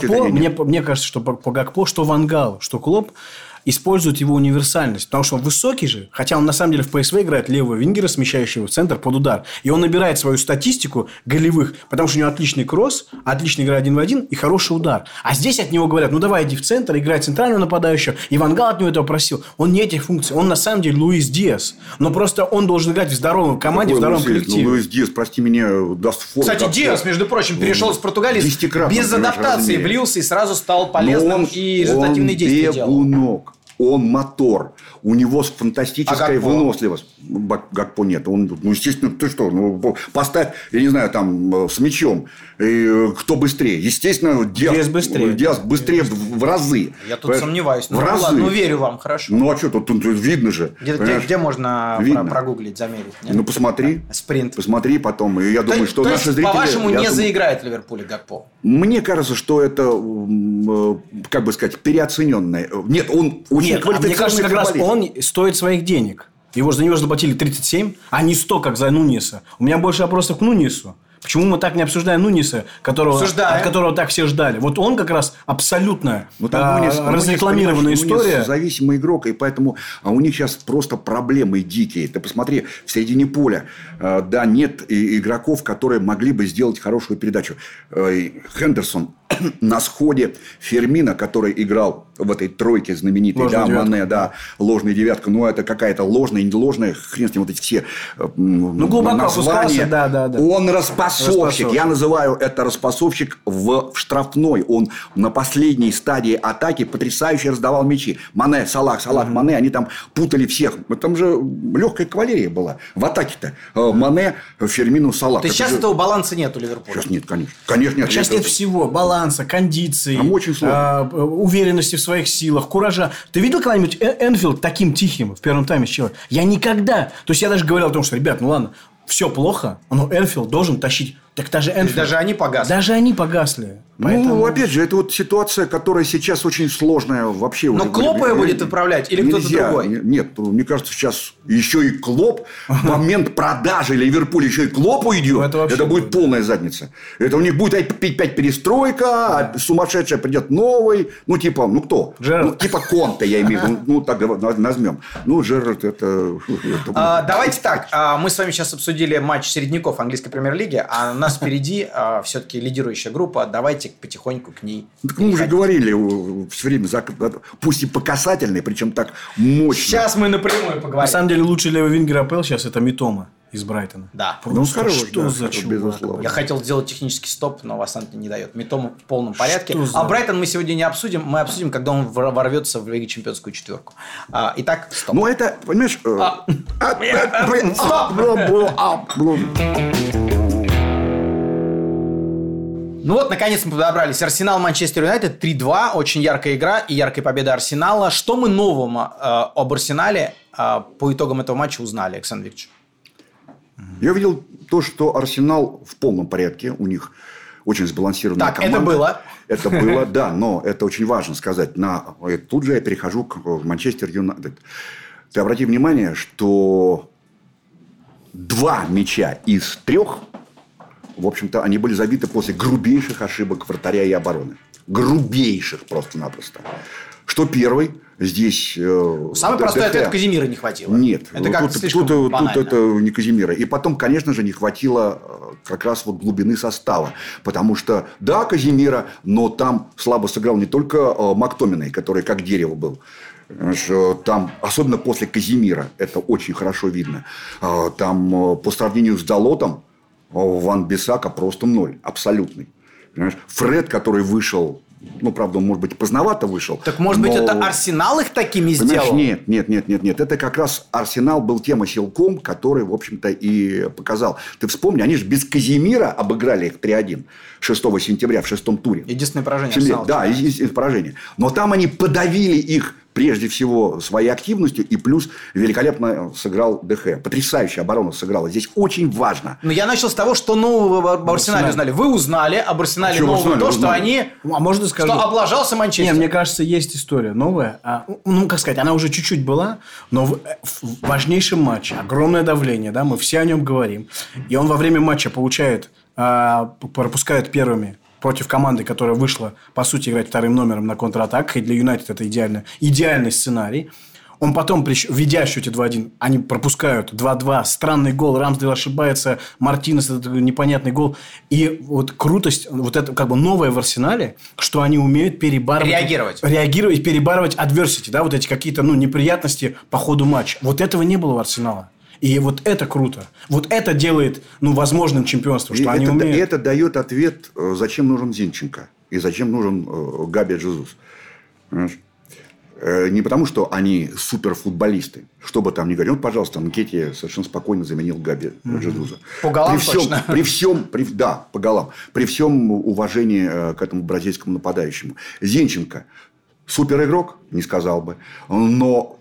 мне кажется, что по Гакпо, что Ван Гал, что Клоп используют его универсальность. Потому что он высокий же, хотя он на самом деле в ПСВ играет левого вингера, смещающего в центр под удар. И он набирает свою статистику голевых, потому что у него отличный кросс, отличная игра 1 в 1 и хороший удар. А здесь от него говорят, давай иди в центр, играй центрального нападающего. И Ван Гал от него этого просил. Он не этих функций. Он на самом деле Луис Диас. Но просто он должен играть в здоровой команде, в здоровом коллективе. Луис Диас, прости меня, даст фору. Кстати, Диас, между прочим, перешел из Португалии, без адаптации влился и сразу стал полезным и результативные действия делал. Он мотор. У него фантастическая выносливость. Гакпо нет. Он, естественно, ты что? Поставь, я не знаю, там, с мячом. Кто быстрее? Естественно, Диас быстрее в разы. Я тут сомневаюсь. В разы. Ладно, верю вам, хорошо. А что, тут видно же. Где можно прогуглить, замерить? Нет? Посмотри. Спринт. Посмотри потом. И я думаю, что наши зрители... по-вашему, не заиграет Ливерпуль Гакпо? Мне кажется, что это, переоцененное. Нет, он очень квалифицированный. Мне кажется, как раз он стоит своих денег. За него же заплатили 37, а не 100, как за Нунеса. У меня больше вопросов к Нунесу. Почему мы так не обсуждаем Нунеса, от которого так все ждали? Вот он как раз абсолютно разрекламированная история. Зависимый игрок, и поэтому у них сейчас просто проблемы дикие. Ты посмотри, в середине поля нет игроков, которые могли бы сделать хорошую передачу. Хендерсон на сходе, Фермино, который играл в этой тройке знаменитой, Мане, ложная девятка, это какая-то ложная, не ложная, хрен с ним, вот эти все названия. Он распасовщик. Я называю это распасовщик в штрафной. Он на последней стадии атаки потрясающе раздавал мячи. Мане, Салах, Мане, они там путали всех. Там же легкая кавалерия была в атаке-то. Мане, Фермино, Салах. То есть сейчас этого баланса нет у Ливерпуля? Сейчас нет, конечно. Конечно нет. Сейчас нет всего. Баланса, кондиции, уверенности в своих силах, куража. Ты видел когда-нибудь Энфилд таким тихим в первом тайме? Я никогда. То есть я даже говорил о том, что, ребят, ладно, все плохо, но Энфилд должен тащить. Так даже Энфилд. Даже они погасли. Даже они погасли. Поэтому... опять же, это вот ситуация, которая сейчас очень сложная вообще. Но Клопа ее будет отправлять или кто-то другой? Нет, мне кажется, сейчас еще и Клоп в момент продажи Ливерпуля еще и Клоп уйдет. Это будет полная задница. Это у них будет опять перестройка, сумасшедшая придет новый. Кто? Джерард. Типа Конте, я имею в виду. Так назовем. Джерард это... Давайте так. Мы с вами сейчас обсудили матч середняков английской премьер-лиги. нас впереди все-таки лидирующая группа. Давайте потихоньку к ней. Так мы уже говорили все время, пусть и по касательной, причем так мощно. Сейчас мы напрямую поговорим. На самом деле, лучший левый вингер АПЛ сейчас это Митома из Брайтона. Да. Просто хорош, что да, за чувак? безусловно. Я хотел сделать технический стоп, но Васан не дает. Митому в полном порядке. Что за- А Брайтон мы сегодня не обсудим. Мы обсудим, когда он ворвется в Лиге Чемпионскую четверку. Итак, стоп. Ну, это, понимаешь... Ну вот, наконец мы подобрались. Арсенал, Манчестер Юнайтед 3-2. Очень яркая игра и яркая победа Арсенала. Что мы нового об Арсенале по итогам этого матча узнали, Александр Викторович? Я увидел то, что Арсенал в полном порядке. У них очень сбалансированная Так, команда. это было. Это было, да. Но это очень важно сказать. Тут же я перехожу к Манчестер Юнайтед. Ты обрати внимание, что 2 мяча из 3, в общем-то, они были забиты после грубейших ошибок вратаря и обороны. Грубейших просто-напросто. Что первый? Здесь... Самый простой ответ — Казимира не хватило. Нет. Это как-то слишком тут банально. это не Казимира. И потом, конечно же, не хватило как раз вот глубины состава. Потому что, да, Казимира, но там слабо сыграл не только Мактоминой, который как дерево был. Там, особенно после Казимира, это очень хорошо видно. Там по сравнению с Далотом Ван-Бисака просто 0. Абсолютный. Понимаешь? Фред, который вышел... Ну, правда, он, может быть, поздновато вышел. Так, может быть, это Арсенал их такими сделал? Нет. Это как раз Арсенал был тем осилком, который, в общем-то, и показал. Ты вспомни, они же без Казимира обыграли их 3-1 6 сентября в 6-м туре. Единственное поражение Арсенала. Да, единственное поражение. Но там они подавили их прежде всего своей активностью, и плюс великолепно сыграл ДХ. Потрясающая оборона сыграла. Здесь очень важно. Но я начал с того, что нового об Арсенале узнали. Вы узнали об Арсенале Чего нового, узнали? то, что они... А можно скажу? Что облажался Манчестер. Не, мне кажется, есть история новая. Ну, как сказать, она уже чуть-чуть была, но в важнейшем матче огромное давление, да, мы все о нем говорим. И он во время матча пропускает первыми против команды, которая вышла, по сути, играть вторым номером на контратаках. И для Юнайтед это идеальный сценарий. Он потом, ведя в счете 2-1, они пропускают 2-2. Странный гол. Рамсдейл ошибается. Мартинес, это непонятный гол. И вот крутость, вот это как бы новое в Арсенале, что они умеют перебарывать... Реагировать, перебарывать adversity, да, вот эти какие-то неприятности по ходу матча. Вот этого не было у Арсенала. И вот это круто. Вот это делает возможным чемпионство, что они умеют. Это дает ответ, зачем нужен Зинченко и зачем нужен Габи Джезус. Понимаешь? Не потому, что они суперфутболисты. Что бы там ни говорил, пожалуйста, Нкетти совершенно спокойно заменил Габи Джезуса. По голам точно. Да, по голам. При всем уважении к этому бразильскому нападающему. Зинченко суперигрок, не сказал бы, но...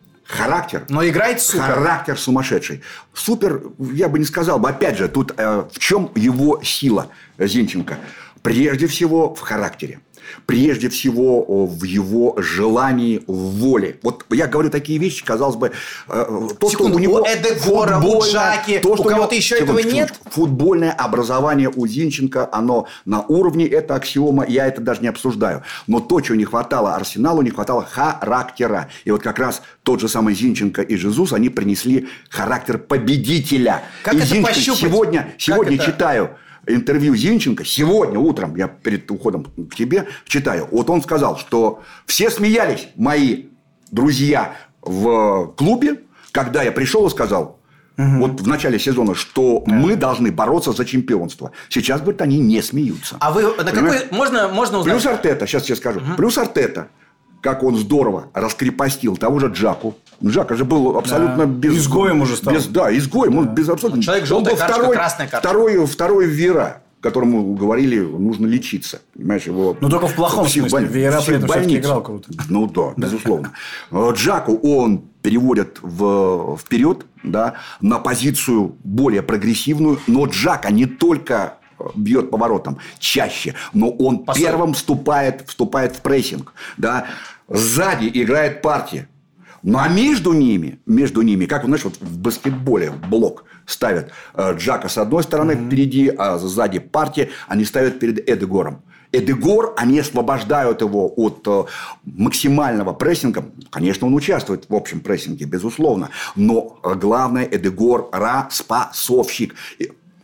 Но играет супер. Характер сумасшедший. Супер, я бы не сказал бы. Опять же, тут в чем его сила Зинченко? Прежде всего, в характере. Прежде всего, в его желании, в воле. Вот я говорю такие вещи, казалось бы... Секунду, у него Эдегора, у Джаки, у кого-то еще этого нет? Футбольное образование у Зинченко, оно на уровне, это аксиома, я это даже не обсуждаю. Но то, чего не хватало Арсеналу, не хватало характера. И вот как раз тот же самый Зинченко и Жезус, они принесли характер победителя. Как и это Зинченко пощупать? Сегодня читаю... интервью Зинченко сегодня утром, я перед уходом к тебе читаю, вот он сказал, что все смеялись, мои друзья в клубе, когда я пришел и сказал, вот в начале сезона, что мы должны бороться за чемпионство. Сейчас, говорит, они не смеются. А вы на какой... Можно узнать? Плюс Артета, сейчас я скажу, плюс Артета, как он здорово раскрепостил того же Джаку. Джака же был абсолютно изгоем уже стал. Изгоем. Он без абсолютно... Человек желтая карточка, красная карточка. Второй Вера, которому говорили, нужно лечиться. Понимаешь, его... Ну, только в плохом смысле. Вера при этом все-таки играл круто. Ну, да, безусловно. Джаку он переводит вперед, да, на позицию более прогрессивную. Но Джака не только бьет поворотом чаще, но он первым вступает в прессинг. Да. Сзади играет партия. Ну, а между ними, как, знаешь, вот в баскетболе блок ставят Джака с одной стороны впереди, а сзади партия, они ставят перед Эдегором. Эдегор, они освобождают его от максимального прессинга. Конечно, он участвует в общем прессинге, безусловно. Но главное, Эдегор распасовщик.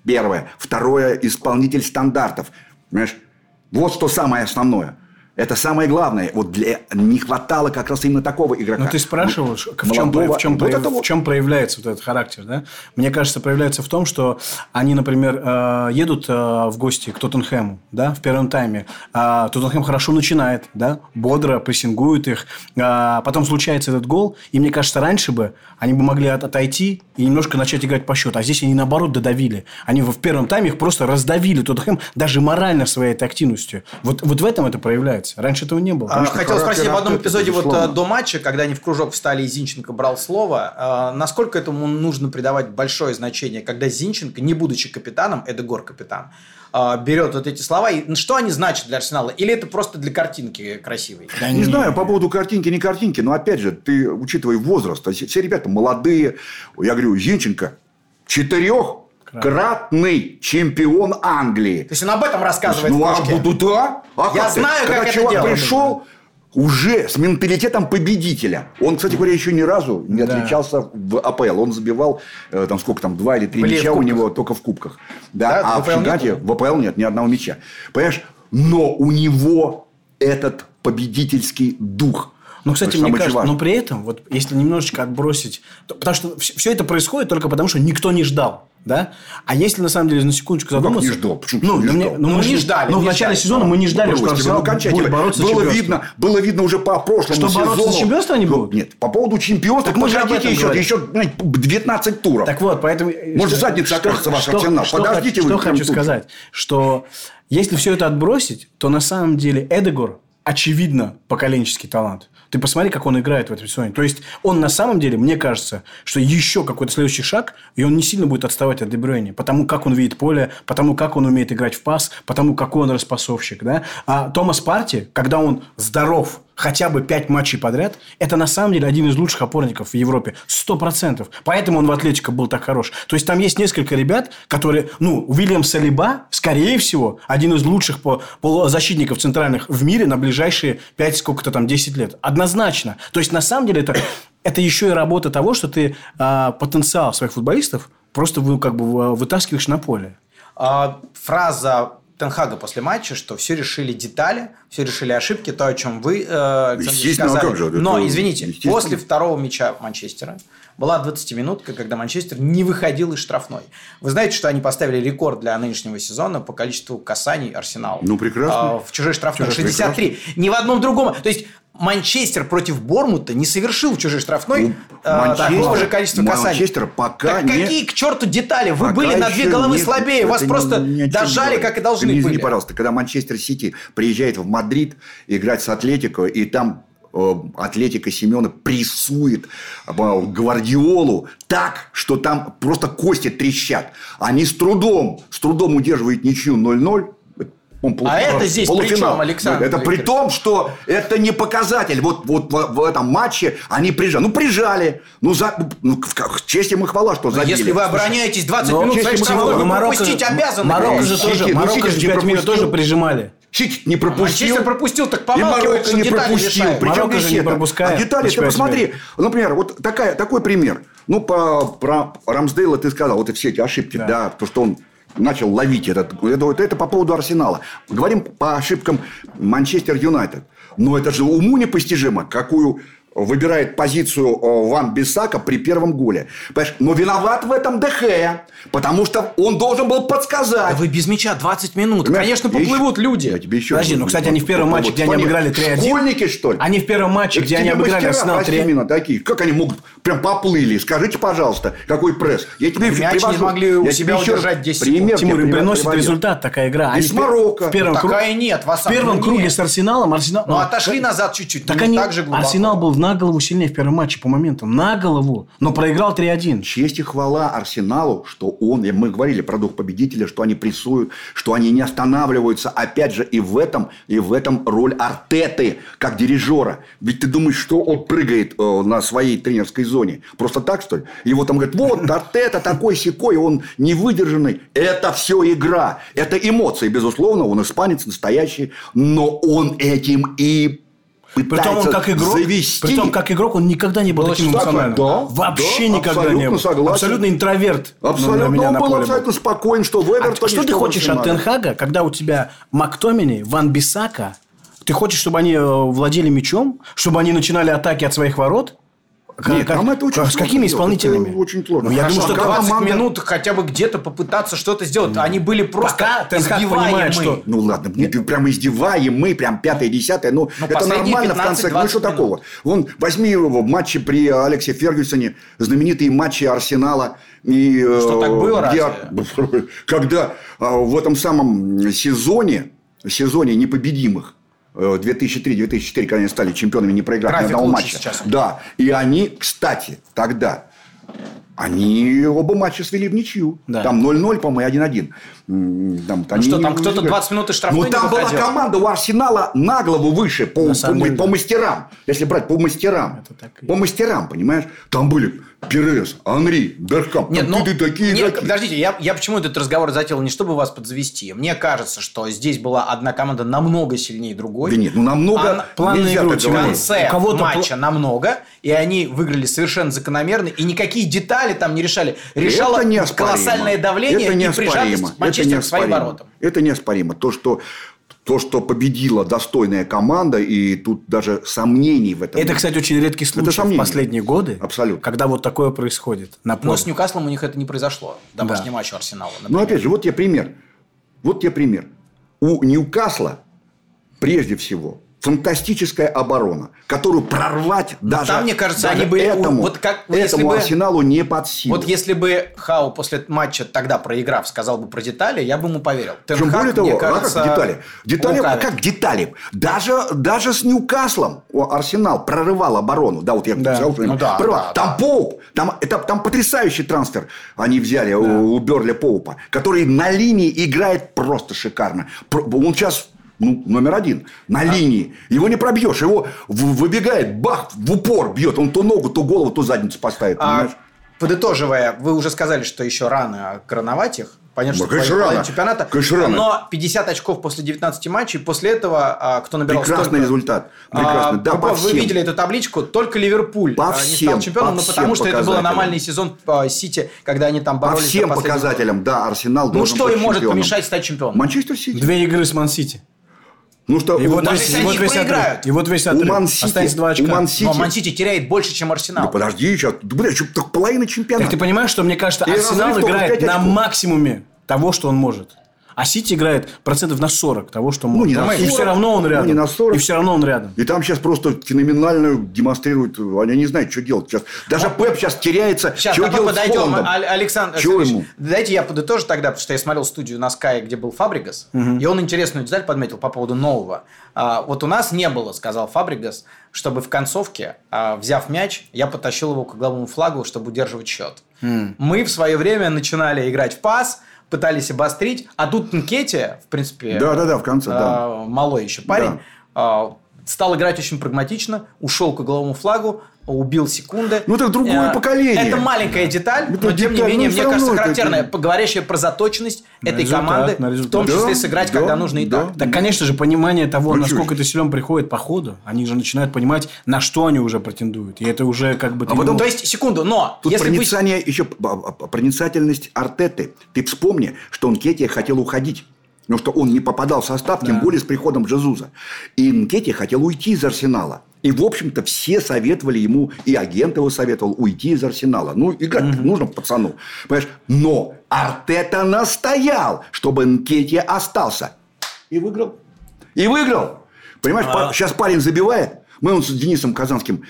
Первое. Второе. Исполнитель стандартов. Понимаешь? Вот что самое основное. Это самое главное. Вот не хватало как раз именно такого игрока. Но ты спрашивал, в чем проявляется вот этот характер, да? Мне кажется, проявляется в том, что они, например, едут в гости к Тоттенхэму, да, в первом тайме. Тоттенхэм хорошо начинает, да, бодро прессингует их. Потом случается этот гол. И мне кажется, раньше бы они бы могли отойти и немножко начать играть по счету. А здесь они, наоборот, додавили. Они в первом тайме их просто раздавили, Тоттенхэм, даже морально своей этой активностью. Вот в этом это проявляется. Раньше этого не было. Хотел спросить об одном эпизоде до матча, когда они в кружок встали и Зинченко брал слово. Насколько этому нужно придавать большое значение, когда Зинченко, не будучи капитаном, Эдегор капитан, берет вот эти слова. И что они значат для Арсенала? Или это просто для картинки красивой? Да не знаю, по поводу картинки, не картинки. Но опять же, ты, учитывая возраст, все ребята молодые. Я говорю, Зинченко 4-кратный чемпион Англии. То есть он об этом рассказывает в кружке? Да. Я знаю, как это чувак делать. Пришел уже с менталитетом победителя. Он, кстати говоря, еще ни разу не отличался в АПЛ. Он забивал, там сколько там, 2 или 3 мяча у него только в кубках. Да, а в чемпионате в АПЛ нет ни одного мяча. Понимаешь? Но у него этот победительский дух. Ну, кстати, мне кажется, но при этом, вот если немножечко отбросить... потому что все это происходит только потому, что никто не ждал. Да? А если на самом деле на секундочку задуматься... не ждал? Почему не ждал? Мы не ждали. В начале сезона мы не ждали, что Арсенал будет бороться за чемпионство. Было видно уже по прошлому сезону. Что бороться за чемпионство они будут? Нет, по поводу чемпионства. Так подождите еще 19 туров. Так вот, поэтому... Может, задница окажется ваш Арсенал. Подождите вы. Что хочу сказать, что если все это отбросить, то на самом деле Эдегор очевидно поколенческий талант. Ты посмотри, как он играет в этом сезоне. То есть, он на самом деле, мне кажется, что еще какой-то следующий шаг, и он не сильно будет отставать от Де Брюйне. Потому как он видит поле, потому как он умеет играть в пас, потому какой он распасовщик. Да? А Томас Парти, когда он здоров хотя бы 5 матчей подряд, это на самом деле один из лучших опорников в Европе. 100%. Поэтому он в Атлетико был так хорош. То есть, там есть несколько ребят, которые... Уильям Салиба, скорее всего, один из лучших полузащитников центральных в мире на ближайшие 10 лет. Однозначно. То есть, на самом деле, это еще и работа того, что ты потенциал своих футболистов просто вытаскиваешь на поле. Фраза Тен Хага после матча, что все решили детали, все решили ошибки, то, о чем вы, Александр, сказали. Но, извините, после второго мяча Манчестера была 20-минутка, когда Манчестер не выходил из штрафной. Вы знаете, что они поставили рекорд для нынешнего сезона по количеству касаний Арсеналу? Прекрасно. В чужой штрафной 63. Ни в одном другом. То есть, Манчестер против Бормута не совершил в чужой штрафной такого же количества касаний. Манчестер пока какие к черту детали? Вы были на 2 головы слабее. Вас просто дожали, как и должны были. Извини, пожалуйста, когда Манчестер Сити приезжает в Мадрид играть с Атлетико, и там Атлетико Симеона прессует Гвардиолу так, что там просто кости трещат. Они с трудом удерживают ничью 0-0. Это здесь при чем, Александр? Это при том, что это не показатель. Вот в этом матче они прижали. Прижали. К чести им и хвала, что забили. Если вы обороняетесь 20 минут, значит, вы пропустить обязаны. Марокко же 5 минут тоже прижимали. Сити не пропустил. Манчестер пропустил, так помалкивает, что детали решают. Марокко же не пропускает. А детали, ты посмотри. Например, вот такой пример. Про Рамсдейла ты сказал. Вот все эти ошибки. Да, то, что он начал ловить это по поводу Арсенала. Говорим по ошибкам Манчестер Юнайтед. Но это же уму непостижимо, какую выбирает позицию Ван Бисака при первом голе. Понимаешь? Но виноват в этом Де Геа, потому что он должен был подсказать. Да вы без мяча 20 минут. Понимаешь? Конечно, поплывут люди. Я тебе еще Подожди, кстати, они в первом матче, где они обыграли 3-1. Школьники, что ли? Они в первом матче, где они обыграли Арсенал 3-1. Именно такие. Как они могут? Прям поплыли. Скажите, пожалуйста, какой пресс? Мяч не могли у себя удержать 10 секунд. Тимур, им приносит результат такая игра. И с Марокко. Такая нет. В первом круге с Арсеналом. Отошли назад чуть-чуть. Так же глубоко. Арсенал был на голову сильнее в первом матче по моментам. На голову. Но проиграл 3-1. Честь и хвала Арсеналу, что мы говорили про дух победителя, что они прессуют, что они не останавливаются. Опять же, и в этом роль Артеты, как дирижера. Ведь ты думаешь, что он прыгает на своей тренерской зоне? Просто так, что ли? Его там говорят, вот Артета такой-сякой, он невыдержанный. Это все игра. Это эмоции, безусловно. Он испанец настоящий. Но он этим и Притом он как игрок, завести. как игрок он никогда не был таким эмоциональным. Вообще никогда не был. Согласен. Абсолютно интроверт. Абсолютно, он был абсолютно спокоен, что в Эвертоне... Что ты хочешь от Тен Хага, когда у тебя Мактомини, Ван-Бисака, ты хочешь, чтобы они владели мячом, чтобы они начинали атаки от своих ворот? Нет, там это очень с какими исполнителями? Это очень сложно. Я думаю, что 20 минут хотя бы где-то попытаться что-то сделать. Они были просто понимает, что... Ну ладно, ты прям издеваемый, прям 5-10. Ну, это нормально в конце. Ну, что такого? Вон, возьми его матчи при Алексе Фергюсоне, знаменитые матчи Арсенала. И, что так было разве? Когда в этом самом сезоне непобедимых, 2003-2004, когда они стали чемпионами, не проиграв ни одного матча. Сейчас. Да. И они, кстати, тогда они оба матча свели в ничью. Да. Там 0-0, по-моему, и 1-1. Там кто-то 20 минут и штрафной не там выходил. была команда у Арсенала на голову выше по мастерам. Если брать по мастерам. По мастерам, понимаешь? Там были Перес, Анри, Берхкамп. Нет, подождите, я почему этот разговор затеял? Не чтобы вас подзавести. Мне кажется, что здесь была одна команда намного сильнее другой. Да нет, намного... Планы игры в конце матча намного. И они выиграли совершенно закономерно. И никакие детали там не решали. Решало колоссальное давление и прижатость Манчестера к своим воротам. Это неоспоримо. То, что победила достойная команда, и тут даже сомнений в этом Это, кстати, очень редкий случай в последние годы. Абсолютно. Когда вот такое происходит. Но с Ньюкаслом у них это не произошло. Домашний матч у Арсенала. Ну, опять же, вот тебе пример. У Ньюкасла, прежде всего, фантастическая оборона, которую прорвать даже, там, мне кажется, даже они бы этому Арсеналу не под силу. Вот если бы Хау после матча тогда, проиграв, сказал бы про детали, я бы ему поверил. Причем более того, как детали? Как детали? Даже с Ньюкаслом Арсенал прорывал оборону. Да, вот я сказал, что там Поуп, там потрясающий трансфер они взяли у Берли Поупа, который на линии играет просто шикарно. Он сейчас... номер один. На линии. Его не пробьешь. Его выбегает, бах, в упор бьет. Он то ногу, то голову, то задницу поставит. Подытоживая, вы уже сказали, что еще рано короновать их. Понятно, что половина чемпионата. Но 50 очков после 19 матчей. После этого, кто набирал прекрасный результат. Прекрасный. Да, вы видели эту табличку. Только Ливерпуль не стал чемпионом. Но потому что это был аномальный сезон Сити, когда они там боролись. По всем показателям, да, Арсенал должен быть чемпионом. Ну, что им может помешать стать чемпионом? Манчестер Сити. 2 игры с Ман-Сити. Ну что, и вот весь отрыв. Останется 2 очка. Но Ман-Сити теряет больше, чем Арсенал. Ну подожди, сейчас. Только половина чемпионата. Так ты понимаешь, что мне кажется, Арсенал играет на максимуме того, что он может. А Сити играет процентов на 40 того, что может. И все равно он рядом. Не на 40. И все равно он рядом. И там сейчас просто феноменально демонстрируют. Они не знают, что делать. Сейчас. Даже Пеп сейчас теряется. Сейчас, что делать подойдем. Александр Александрович, дайте я подытожу тогда, потому что я смотрел студию на Sky, где был Фабригас. И он интересную деталь подметил по поводу нового. Вот у нас не было, сказал Фабригас, чтобы в концовке, взяв мяч, я потащил его к угловому флагу, чтобы удерживать счет. Мы в свое время начинали играть в пас, пытались обострить, а тут Нкетти, в принципе, в конце, малой еще парень, стал играть очень прагматично, ушел к угловому флагу, убил секунды. Ну, это другое поколение. Это маленькая деталь, но тем не менее, мне кажется, характерная, говорящая про заточенность этой команды, в том числе сыграть, когда нужно и так. Так, конечно же, понимание того, насколько ты силен, приходит по ходу. Они же начинают понимать, на что они уже претендуют. И это уже как бы... То есть, секунду, но... Тут еще проницательность Артеты. Ты вспомни, что Нкетти хотел уходить. Потому что он не попадал в состав, тем более с приходом Жезуза. И Нкетти хотел уйти из Арсенала. И, в общем-то, все советовали ему, и агент его советовал уйти из Арсенала. Ну, играть нужно пацану. Понимаешь? Но Артета настоял, чтобы Нкетти остался. И выиграл. Понимаешь, сейчас парень забивает. Мы с Денисом Казанским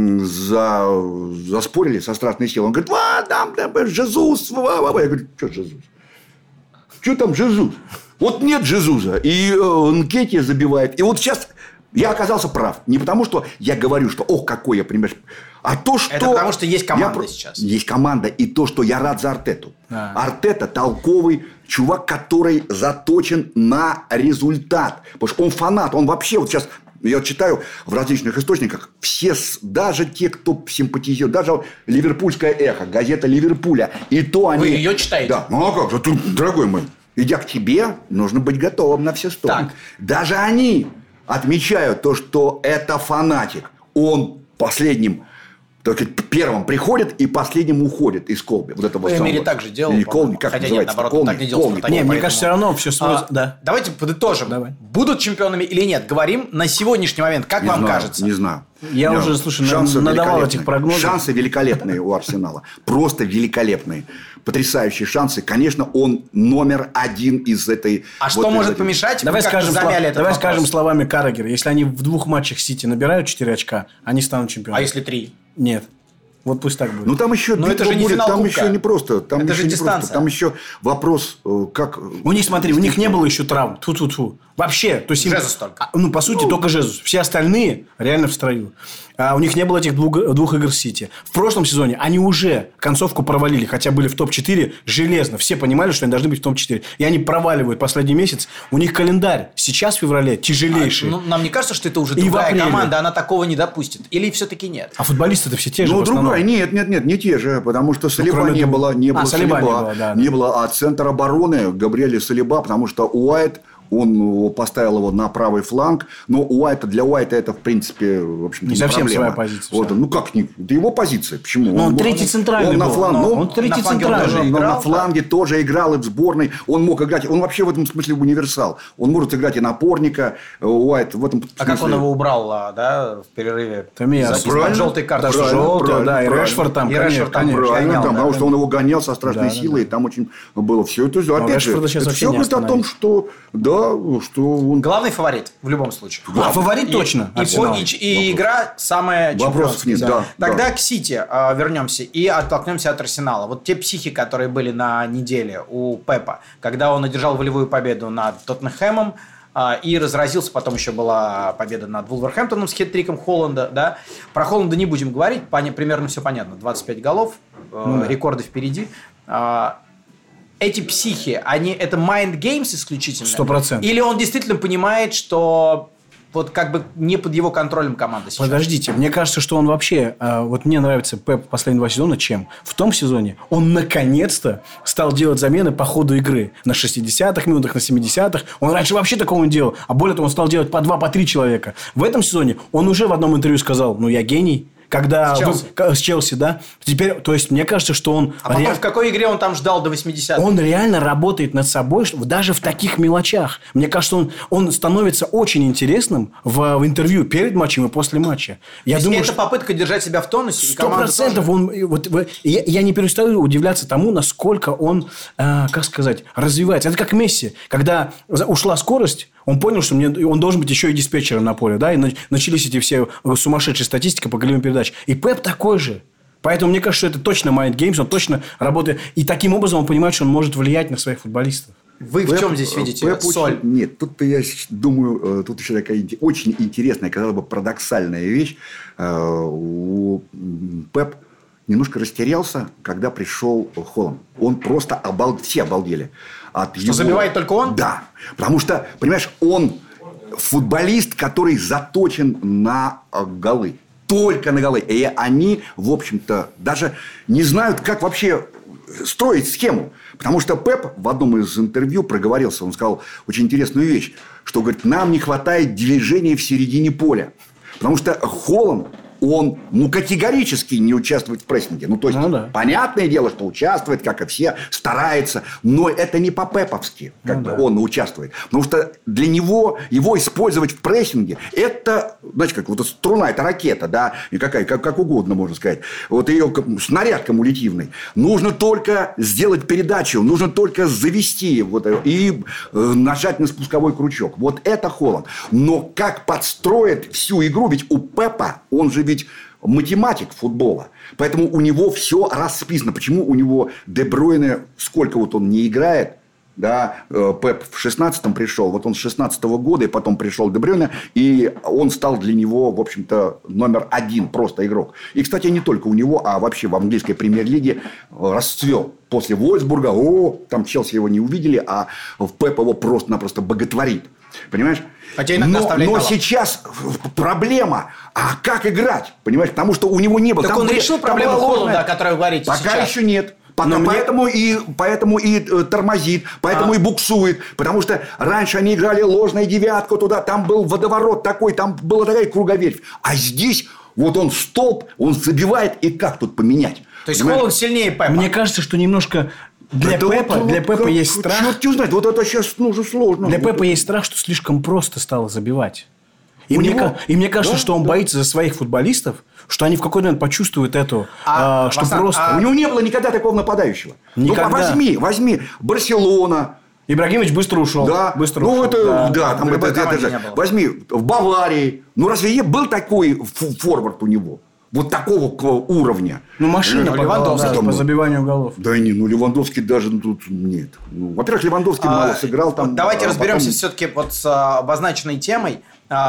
заспорили со страшной силой. Он говорит, там Жезус. Я говорю, что Жезус? Что там Жезус? Вот нет Жезуза. И Нкетти забивает. И вот сейчас... Я оказался прав. Не потому, что я говорю, что какой я, понимаешь, а то, что... Это потому, что есть команда сейчас. Есть команда. И то, что я рад за Артету. Артета толковый чувак, который заточен на результат. Потому что он фанат. Он вообще вот сейчас... Я читаю в различных источниках. Все, даже те, кто симпатизирует, даже Ливерпульское эхо, газета Ливерпуля. И то они... Вы ее читаете? Да. Ну, а как же, дорогой мой. Идя к тебе, нужно быть готовым на все стороны. Даже они... отмечаю то, что это фанатик. Он последним, так сказать, первым приходит и последним уходит из Колби. Вот этого Эмери так же делал. Или Колби, как хотя называется? нет, наоборот, он так не делал. Не, мне кажется, все равно все сводится. Да. Давайте подытожим. Давай. Будут чемпионами или нет? Говорим на сегодняшний момент. Как вам кажется? Не знаю. Я уже, слушай, надавал этих прогнозов. Шансы великолепные у Арсенала. Просто великолепные. Потрясающие шансы. Конечно, он номер один из этой... А что может помешать? Давай скажем словами Каррагера. Если они в 2 матчах Сити набирают 4 очка, они станут чемпионами. А если 3? Нет. Вот пусть так будет. Ну, там еще... Но это же не финал Там Кубка. еще не просто. Там это еще же не дистанция. просто. Там еще вопрос, как... У них, смотри, у них не было еще травм. Тьфу-тьфу-тьфу. Вообще. То есть им, Жезус только. Ну, по сути, только Жезус. Все остальные реально в строю. А у них не было этих 2 игр с Сити. В прошлом сезоне они уже концовку провалили, хотя были в топ-4 железно. Все понимали, что они должны быть в топ-4. И они проваливают последний месяц. У них календарь сейчас в феврале тяжелейший. Нам не кажется, что это уже другая команда, она такого не допустит? Или все-таки нет? А футболисты-то все те же. Ну, другая. Нет, не те же. Потому что Салиба не было. Не было. А центр обороны Габриэля Салиба, потому что Уайт... Он поставил его на правый фланг. Но для Уайта это, в принципе, в общем-то, не совсем проблема. Своя позиция. Вот, ну, как не? Это его позиция. Почему? Он третий центральный был. Он третий центральный. На фланге тоже играл и в сборной. Он мог играть. Он вообще в этом смысле универсал. Он может играть и напорника. Уайт в этом смысле... как он его убрал, да, в перерыве? Правильно. Желтый карты. Желтый, да. И Решфорд там. Правильно. Потому что он его гонял со страшной силой. И там очень было все. Опять же, это все говорит о том, что... что он... Главный фаворит в любом случае. Фаворит точно. И игра самая чемпионская. Вопросов нет, да. Тогда к Сити вернемся и оттолкнемся от Арсенала. Вот те психи, которые были на неделе у Пепа, когда он одержал волевую победу над Тоттенхэмом и разразился, потом еще была победа над Вулверхэмптоном с хет-триком Холланда. Да? Про Холланда не будем говорить, примерно все понятно. 25 голов, рекорды впереди. Эти психи, это mind games исключительно? 100%. Или он действительно понимает, что вот как бы не под его контролем команда сейчас? Подождите, мне кажется, что он вообще... Вот мне нравится Пеп последние 2 сезона чем? В том сезоне он наконец-то стал делать замены по ходу игры. На 60-х минутах, на 70-х. Он раньше вообще такого не делал. А более того, он стал делать по 2, по 3 человека. В этом сезоне он уже в одном интервью сказал, я гений. Когда с Челси, да. Теперь, то есть, мне кажется, что он... А потом в какой игре он там ждал до 80-х? Он реально работает над собой, даже в таких мелочах. Мне кажется, он становится очень интересным в интервью перед матчем и после матча. Я думаю, это попытка держать себя в тонусе. 100%. Я не перестаю удивляться тому, насколько он, как сказать, развивается. Это как Месси. Когда ушла скорость, он понял, что он должен быть еще и диспетчером на поле. Да? И начались эти все сумасшедшие статистики по голевым передачам. И Пеп такой же. Поэтому мне кажется, что это точно mind games, он точно работает. И таким образом он понимает, что он может влиять на своих футболистов. Вы в чем здесь видите соль? Нет, тут я думаю, тут еще такая очень интересная, казалось бы, парадоксальная вещь. Пеп немножко растерялся, когда пришел Холланд. Он просто все обалдели. Забивает только он? Да. Потому что, понимаешь, он футболист, который заточен на голы. Только на голы. И они, в общем-то, даже не знают, как вообще строить схему. Потому что Пеп в одном из интервью проговорился. Он сказал очень интересную вещь. Что, говорит, нам не хватает движения в середине поля. Потому что Холланд, он категорически не участвует в прессинге. То есть, понятное дело, что участвует, как и все, старается. Но это не по-пеповски, он участвует. Потому что для него, его использовать в прессинге, это, знаете, как вот струна, это ракета, да, и как угодно можно сказать. Вот ее снаряд кумулятивный. Нужно только сделать передачу, нужно только завести и нажать на спусковой крючок. Вот это Холланд. Но как подстроит всю игру, ведь у Пепа, он же ведь математик футбола. Поэтому у него все расписано. Почему у него Де Брuyне, сколько он не играет, да, Пеп в 16-м пришел, он с 16-го года, и потом пришел Де Брuyне, и он стал для него, в общем-то, номер 1 просто игрок. И, кстати, не только у него, а вообще в английской премьер-лиге расцвел. После Вольсбурга, там Челси его не увидели, а Пеп его просто-напросто боготворит. Понимаешь? Но сейчас проблема, как играть? Понимаешь? Потому что у него не было. Так он решил проблему Холланда, о которой вы говорите Пока еще нет. Поэтому и тормозит, поэтому и буксует. Потому что раньше они играли ложную девятку туда, там был водоворот такой, там была такая круговерть. А здесь вот он столб, он забивает, и как тут поменять? То есть Холланд сильнее Пепа? Мне кажется, что немножко... Для Пепа есть страх. Черт не знает, вот это сейчас уже сложно. Для Пепа есть страх, что слишком просто стало забивать. И мне кажется, что он боится за своих футболистов, что они в какой-то момент почувствуют эту, что просто... У него не было никогда такого нападающего. Никогда. Ну, возьми Барселона. Ибрагимович быстро ушел. Да. Быстро ну, ушел. это там это же. Возьми в Баварии. Ну, разве был такой форвард у него? Вот такого уровня. Ну, машина Левандовский по забиванию голов. Да не, ну Левандовский даже тут нет. Ну, во-первых, Левандовский мало сыграл там. Давайте разберемся все-таки вот с обозначенной темой.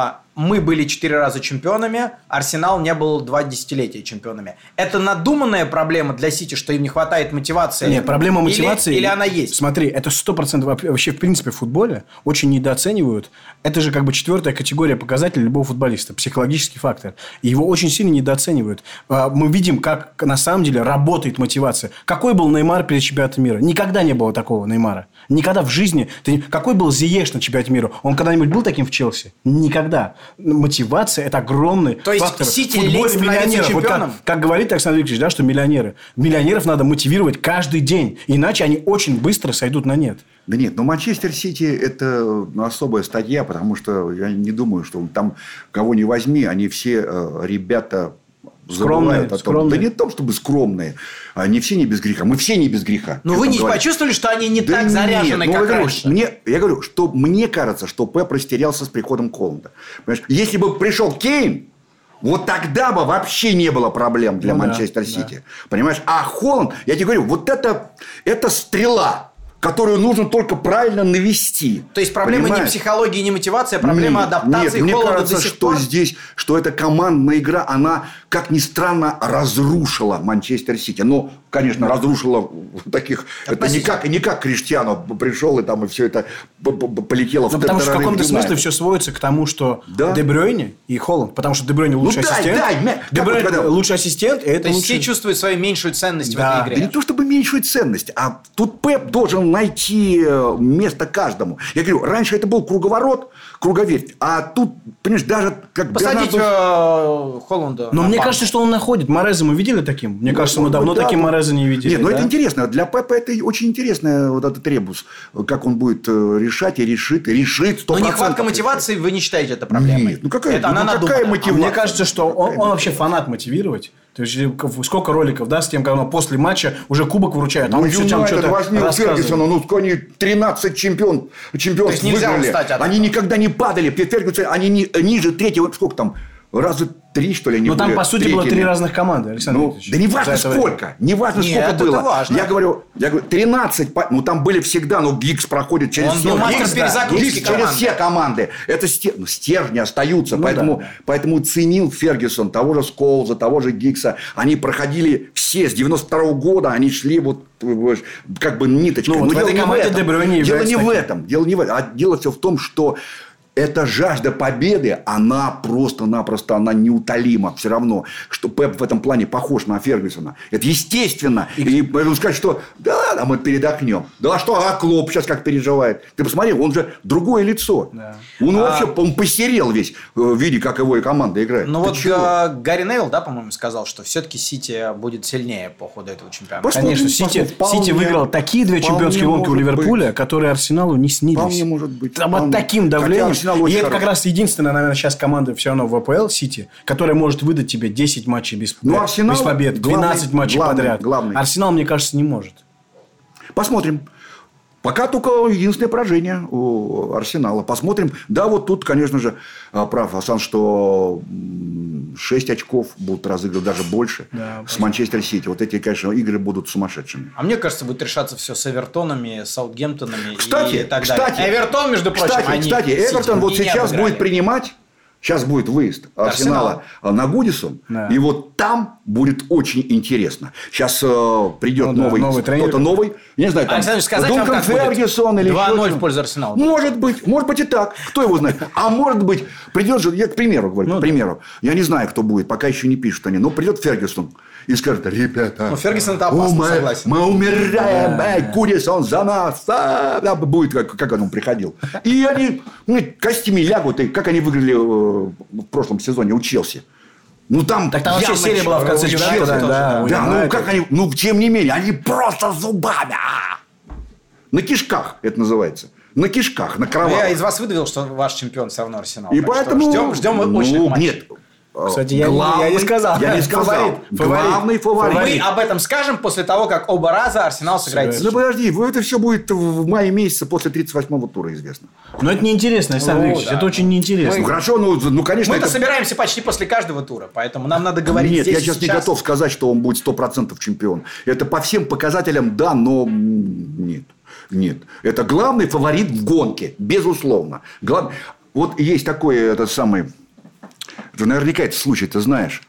Мы были 4 раза чемпионами, Арсенал не был 2 десятилетия чемпионами. Это надуманная проблема для Сити, что им не хватает мотивации? Нет, проблема мотивации... Или она есть? Смотри, это 100% вообще, в принципе, в футболе очень недооценивают. Это же как бы 4-я категория показателей любого футболиста. Психологический фактор. И его очень сильно недооценивают. Мы видим, как на самом деле работает мотивация. Какой был Неймар перед чемпионатом мира? Никогда не было такого Неймара. Никогда в жизни. Какой был Зиеш на чемпионате мира? Он когда-нибудь был таким в Челси? Никогда. Мотивация – это огромный фактор. Сити лень становиться чемпионом? Вот как говорит Александр Викторович, да, что миллионеров надо мотивировать каждый день. Иначе они очень быстро сойдут на нет. Да нет, но Манчестер Сити – это особая статья, потому что я не думаю, что там кого ни возьми, они все ребята... Скромные. Да не в том, чтобы скромные. Они все не без греха. Мы все не без греха. Но вы не почувствовали, что они не так заряжены, как раньше? Я говорю, что мне кажется, что Пеп растерялся с приходом Холланда. Понимаешь? Если бы пришел Кейн, вот тогда бы вообще не было проблем для Манчестер Сити. Да. Понимаешь? А Холланд, я тебе говорю, вот это стрела, которую нужно только правильно навести. То есть проблема не психологии, не мотивации, а проблема адаптации. Нет, мне кажется, что здесь, что эта командная игра, она, как ни странно, разрушила Манчестер Сити. Но, конечно, разрушила таких... Это не как Криштиану пришел, и там и все это полетело в тартарары. Потому что в каком-то смысле все сводится к тому, что Де Брюйне и Холланд, потому что Де Брюйне лучший ассистент. Де Брюйне лучший ассистент, и это то есть все чувствуют свою меньшую ценность в этой игре. Да не то, чтобы меньшую ценность, а тут Пеп должен найти место каждому. Я говорю, раньше это был круговорот, круговерть, а тут, понимаешь, даже как посадить Холланда. Но мне кажется, что он находит. Мореза мы видели таким? Мне кажется, мы давно таким Мореза не видели. Нет, но это интересно. Для Пепа это очень интересно, вот этот ребус. Как он будет решать и решит 100%. Но нехватка мотивации, вы не считаете это проблемой? Нет, какая мотивация? Мне кажется, что он вообще фанат мотивировать. То есть, сколько роликов, с тем, когда после матча уже кубок вручают. Ну, Юнайтед возьми у Фергюсона, они 13 чемпионств выиграли. Они никогда не падали. Фергюсон, они ниже третьего, сколько там, раза 3, что ли, они были. Но там, по сути, было 3 разных команды, Александр Викторович. Да не важно сколько. Не важно, сколько было. Важно. Я говорю, 13. Ну, там были всегда, Гиггс проходит через все. Гиггс через все команды. Это стержни остаются. Поэтому ценил Фергюсон того же Сколза, того же Гиггса. Они проходили все. С 92-го года они шли вот как бы ниточкой. Ну, вот в этой команде Де Брюйне дело не в этом. А дело все в том, что эта жажда победы, она просто-напросто, она неутолима. Все равно, что Пеп в этом плане похож на Фергюсона. Это естественно. И поэтому сказать, что да, мы передохнем. Да что, Клоп сейчас как переживает. Ты посмотри, он же другое лицо. Да. Он вообще он посерел весь, видя, как его и команда играет. Ну вот Гарри Нейл, по-моему, сказал, что все-таки Сити будет сильнее по ходу этого чемпионата. Конечно, Сити выиграл такие 2 чемпионские гонки у Ливерпуля, которые Арсеналу не снились. Вполне может быть. Под таким давлением. И это как раз единственная, наверное, сейчас команда все равно в АПЛ Сити, которая может выдать тебе 10 матчей без побед, 12 матчей подряд. Арсенал, мне кажется, не может. Посмотрим. Пока только единственное поражение у Арсенала. Посмотрим. Да, вот тут, конечно же, прав Асан, что 6 очков будут разыгрывать, даже больше, с Манчестер Сити. Вот эти, конечно, игры будут сумасшедшими. А мне кажется, будет решаться все с Эвертонами, с Саутгемптонами и так далее. Кстати, Эвертон, между прочим, кстати, Эвертон вот сейчас будет принимать. Сейчас будет выезд Арсенала на Гудисон. Да. И вот там будет очень интересно. Сейчас придет новый тренер. кто-то новый. Я не знаю, там Александр, сказать Дункан вам, как Фергюсон будет? или 2-0 в пользу Арсенала. Может быть и так. Кто его знает? А может быть, придет же, я к примеру говорю, к примеру. Я не знаю, кто будет, пока еще не пишут они. Но придет Фергюсон и скажет: ребята, Фергюсон-то опасно, согласен. мы умираем, Курисон за нас. Будет, как он приходил. И они костями лягут, и как они выиграли в прошлом сезоне у Челси. Там вообще серия была в конце чемпионата. Тем не менее, они просто зубами. На кишках это называется. На кишках, на кровавых. Я из вас выдавил, что ваш чемпион все равно Арсенал. И поэтому... Ждем очень матчей. Нет. Кстати, я не сказал. Я не сказал. Главный фаворит. Мы об этом скажем после того, как оба раза Арсенал сыграет. Да подожди, это все будет в мае месяце после 38-го тура известно. Но это неинтересно, Александр Викторович. Это очень неинтересно. Хорошо, конечно. Мы-то собираемся почти после каждого тура, поэтому нам надо говорить здесь. Нет, я сейчас не готов сказать, что он будет 100% чемпион. Это по всем показателям да, но нет. Нет. Это главный фаворит в гонке, безусловно. Вот есть такой этот самый... Ты наверняка этот случай ты знаешь.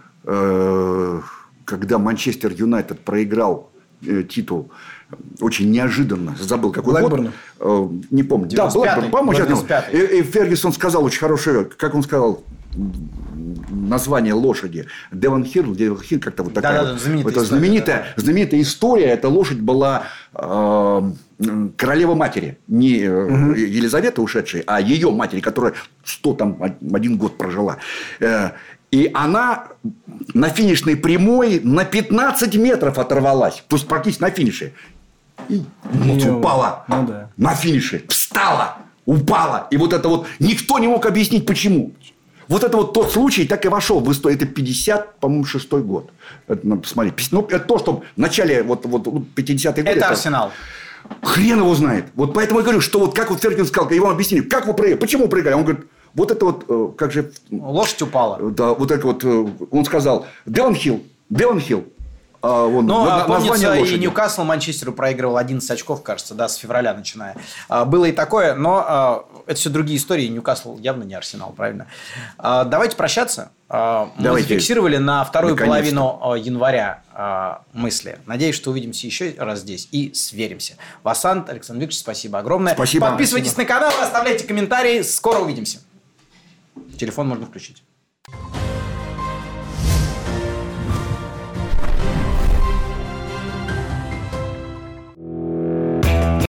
Когда Манчестер Юнайтед проиграл титул очень неожиданно. Забыл, какой год. Не помню. Да, Блэкберн, по-моему, и Фергюсон сказал очень хорошее, как он сказал, название лошади. Девон Хилл, как-то вот такая. Да, знаменитая история. Эта лошадь была королева матери. Не Елизавета ушедшая, а ее матери, которая 101 год прожила. И она на финишной прямой на 15 метров оторвалась. То есть, практически на финише. И упала на финише. Встала, упала. И вот это вот никто не мог объяснить, почему. Вот это вот тот случай так и вошел в историю. Это 56-й год. Это, надо посмотреть. Это то, что в начале 50-х годов. Это Арсенал. Хрен его знает. Вот поэтому я говорю, что вот как вот Фергюсон сказал, его объяснили, как вы проиграли, почему проиграли? Он говорит, вот это вот, как же... Лошадь упала. Да, вот это вот, он сказал, Девон Хилл. Помнится, и Ньюкасл Манчестеру проигрывал 11 очков, кажется, да, с февраля начиная. Было и такое, но это все другие истории. Ньюкасл явно не Арсенал, правильно? Давайте прощаться. Мы зафиксировали на вторую половину января мысли. Надеюсь, что увидимся еще раз здесь и сверимся. Васант, Александр Викторович, спасибо огромное. Спасибо. Подписывайтесь на канал, оставляйте комментарии. Скоро увидимся. Телефон можно включить.